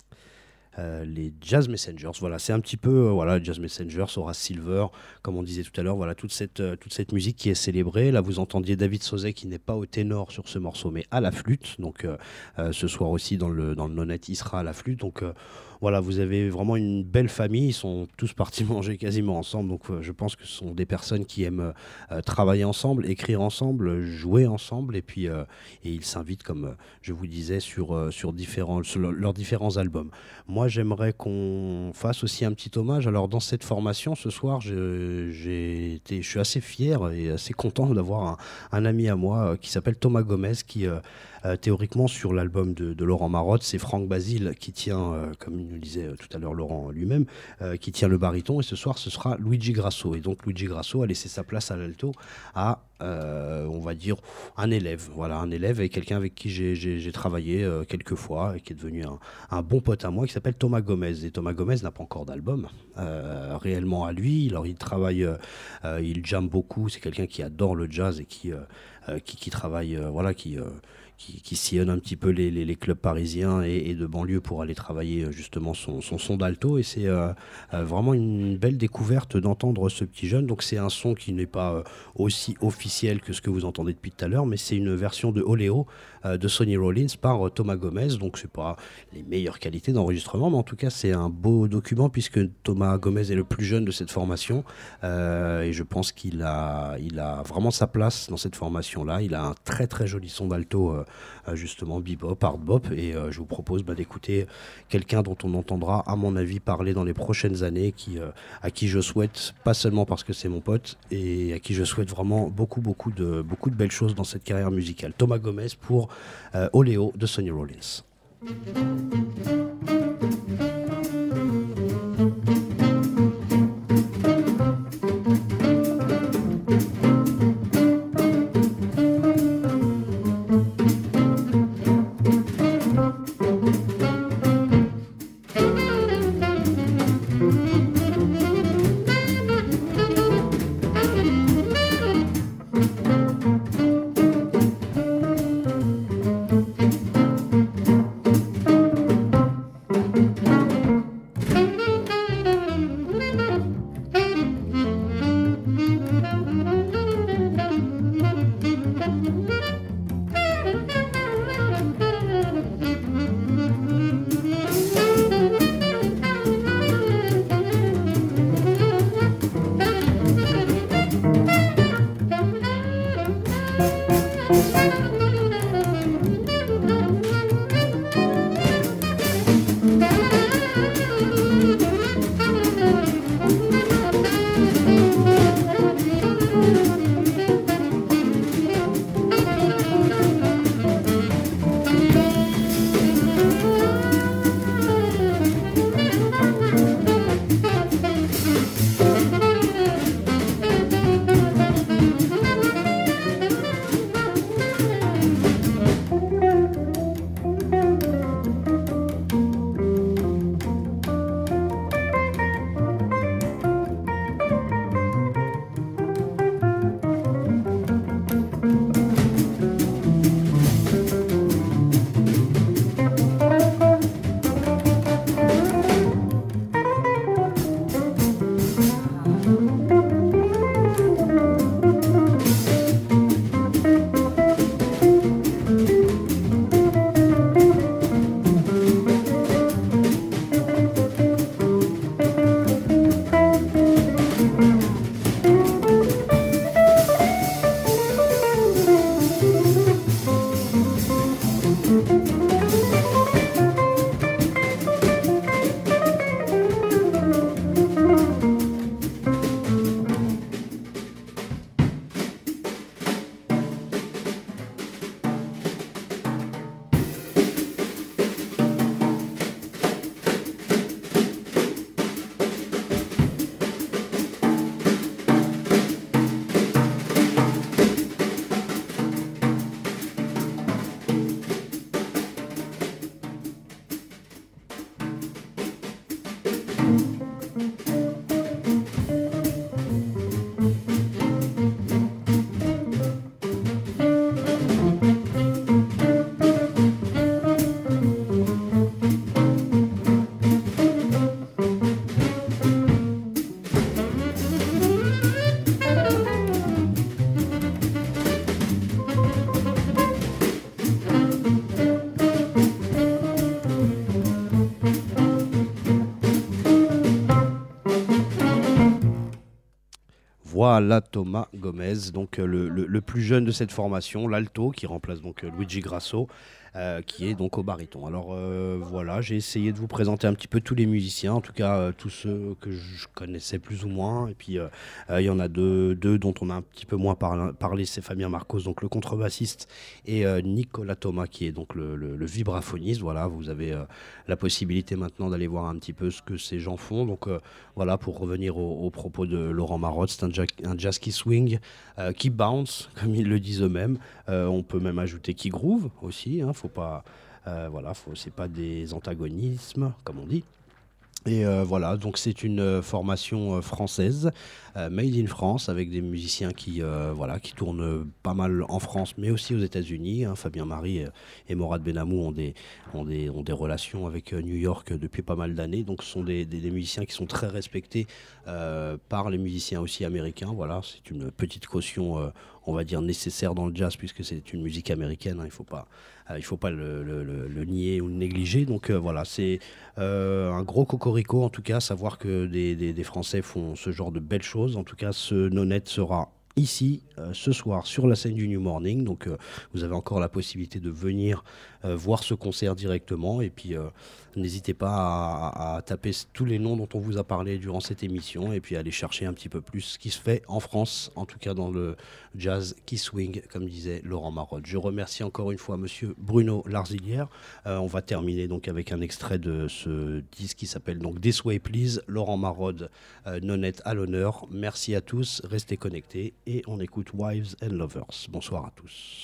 euh, euh, les Jazz Messengers. Voilà, c'est un petit peu, euh, voilà, Jazz Messengers, Horace Silver, comme on disait tout à l'heure, voilà, toute cette, euh, toute cette musique qui est célébrée. Là, vous entendiez David Sauzet qui n'est pas au ténor sur ce morceau, mais à la flûte. Donc, euh, euh, ce soir aussi, dans le, dans le Nonette, il sera à la flûte. Donc, euh, voilà, vous avez vraiment une belle famille. Ils sont tous partis manger quasiment ensemble. Donc, euh, je pense que ce sont des personnes qui aiment euh, travailler ensemble, écrire ensemble, jouer ensemble. Et puis, euh, et ils s'invitent, comme euh, je vous disais, sur, euh, sur, différents, sur le, leurs différents albums. Moi, j'aimerais qu'on fasse aussi un petit hommage. Alors, dans cette formation, ce soir, je, j'ai été, je suis assez fier et assez content d'avoir un, un ami à moi euh, qui s'appelle Thomas Gomez, qui... Euh, Euh, théoriquement, sur l'album de, de Laurent Marotte, c'est Franck Basile qui tient, euh, comme il nous disait euh, tout à l'heure Laurent lui-même, euh, qui tient le baryton. Et ce soir, ce sera Luigi Grasso. Et donc, Luigi Grasso a laissé sa place à l'alto à, euh, on va dire, un élève. Voilà, un élève et quelqu'un avec qui j'ai, j'ai, j'ai travaillé euh, quelques fois et qui est devenu un, un bon pote à moi, qui s'appelle Thomas Gomez. Et Thomas Gomez n'a pas encore d'album euh, réellement à lui. Alors, il travaille, euh, il jamme beaucoup. C'est quelqu'un qui adore le jazz et qui, euh, euh, qui, qui travaille, euh, voilà, qui... Euh, Qui, qui sillonne un petit peu les, les, les clubs parisiens et, et de banlieue pour aller travailler justement son, son son d'alto. Et c'est euh, euh, vraiment une belle découverte d'entendre ce petit jeune. Donc c'est un son qui n'est pas euh, aussi officiel que ce que vous entendez depuis tout à l'heure, mais c'est une version de Oléo euh, de Sonny Rollins par euh, Thomas Gomez. Donc c'est pas les meilleures qualités d'enregistrement, mais en tout cas c'est un beau document puisque Thomas Gomez est le plus jeune de cette formation euh, et je pense qu'il a, il a vraiment sa place dans cette formation-là. Il a un très très joli son d'alto euh, Euh, justement bebop, hard bop, et euh, je vous propose bah, d'écouter quelqu'un dont on entendra à mon avis parler dans les prochaines années, qui, euh, à qui je souhaite, pas seulement parce que c'est mon pote, et à qui je souhaite vraiment beaucoup beaucoup de, beaucoup de belles choses dans cette carrière musicale. Thomas Gomez pour euh, Oléo de Sonny Rollins. Thank you. Voilà Thomas Gomez, donc euh, le, le, le plus jeune de cette formation, l'alto, qui remplace donc euh, Luigi Grasso. Euh, qui est donc au baryton. Alors euh, voilà, j'ai essayé de vous présenter un petit peu tous les musiciens, en tout cas euh, tous ceux que je connaissais plus ou moins. Et puis il euh, euh, y en a deux, deux dont on a un petit peu moins parlé, parlé c'est Fabien Marcos, donc le contrebassiste, et euh, Nicolas Thomas, qui est donc le, le, le vibraphoniste. Voilà, vous avez euh, la possibilité maintenant d'aller voir un petit peu ce que ces gens font. Donc euh, voilà, pour revenir au, au propos de Laurent Marotte, c'est un, jack, un jazz qui swing, euh, qui bounce, comme ils le disent eux-mêmes. Euh, on peut même ajouter qui groove aussi, hein. Faut pas, euh, voilà, faut, c'est pas des antagonismes comme on dit. Et euh, voilà, donc c'est une euh, formation euh, française, euh, made in France, avec des musiciens qui, euh, voilà, qui tournent pas mal en France, mais aussi aux États-Unis. Hein. Fabien Marie et Morad Benamou ont des, ont des, ont des relations avec euh, New York depuis pas mal d'années. Donc ce sont des, des, des musiciens qui sont très respectés euh, par les musiciens aussi américains. Voilà, c'est une petite caution, euh, on va dire, nécessaire dans le jazz, puisque c'est une musique américaine. Hein. Il faut pas... Euh, il ne faut pas le, le, le, le nier ou le négliger. Donc euh, voilà, c'est euh, un gros cocorico en tout cas, savoir que des, des, des Français font ce genre de belles choses. En tout cas, ce Nonette sera ici euh, ce soir sur la scène du New Morning. Donc euh, vous avez encore la possibilité de venir euh, voir ce concert directement. Et puis euh, n'hésitez pas à, à taper tous les noms dont on vous a parlé durant cette émission et puis aller chercher un petit peu plus ce qui se fait en France, en tout cas dans le jazz qui swing, comme disait Laurent Marotte. Je remercie encore une fois monsieur Bruno Larzilière. Euh, on va terminer donc avec un extrait de ce disque qui s'appelle donc This Way Please, Laurent Marotte, euh, Nonette à l'honneur. Merci à tous, restez connectés et on écoute Wives and Lovers. Bonsoir à tous.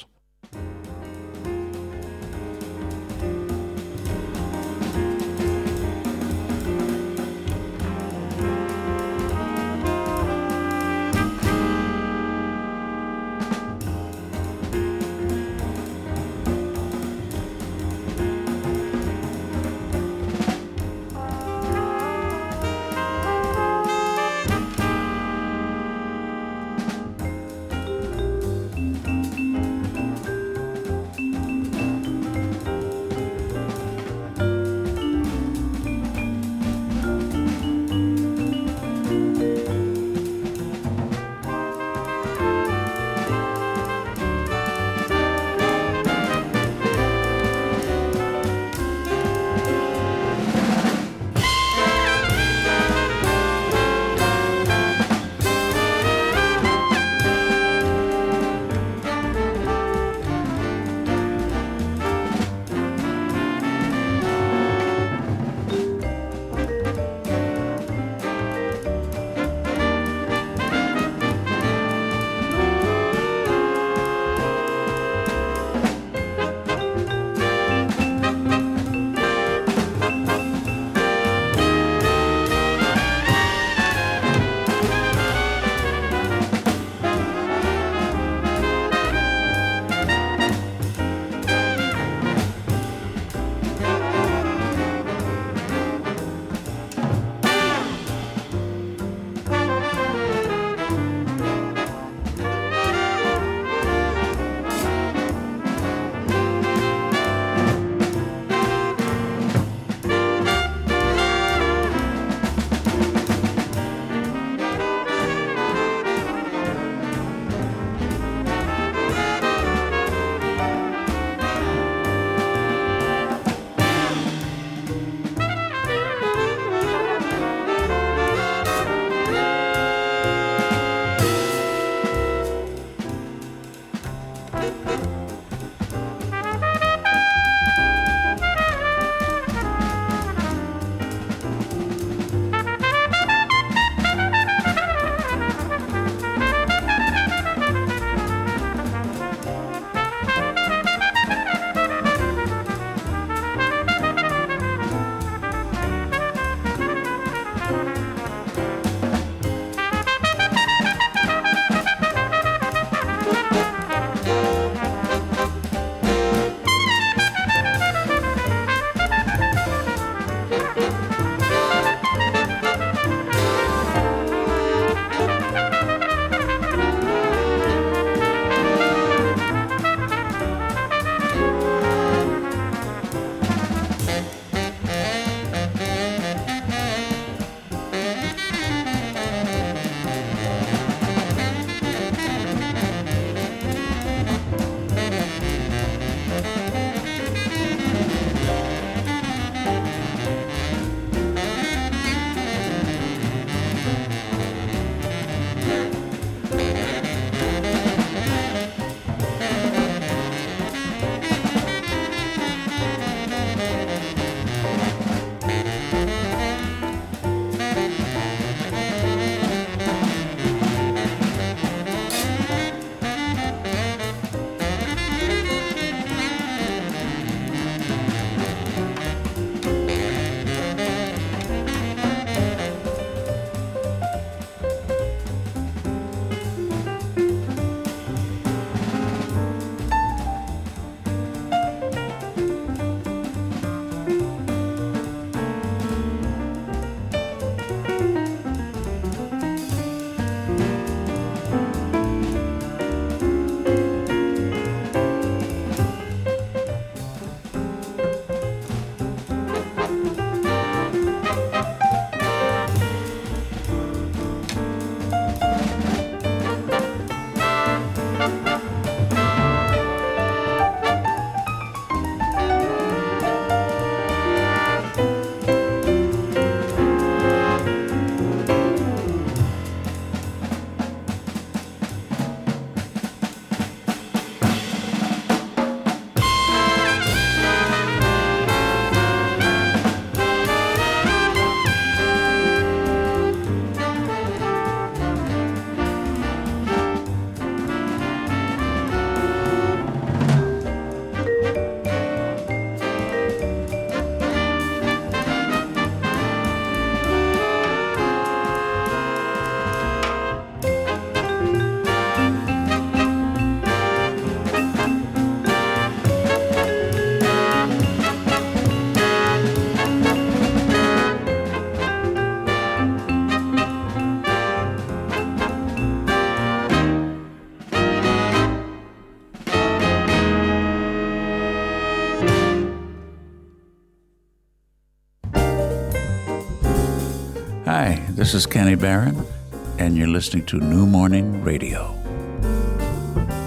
This is Kenny Barron, and you're listening to New Morning Radio.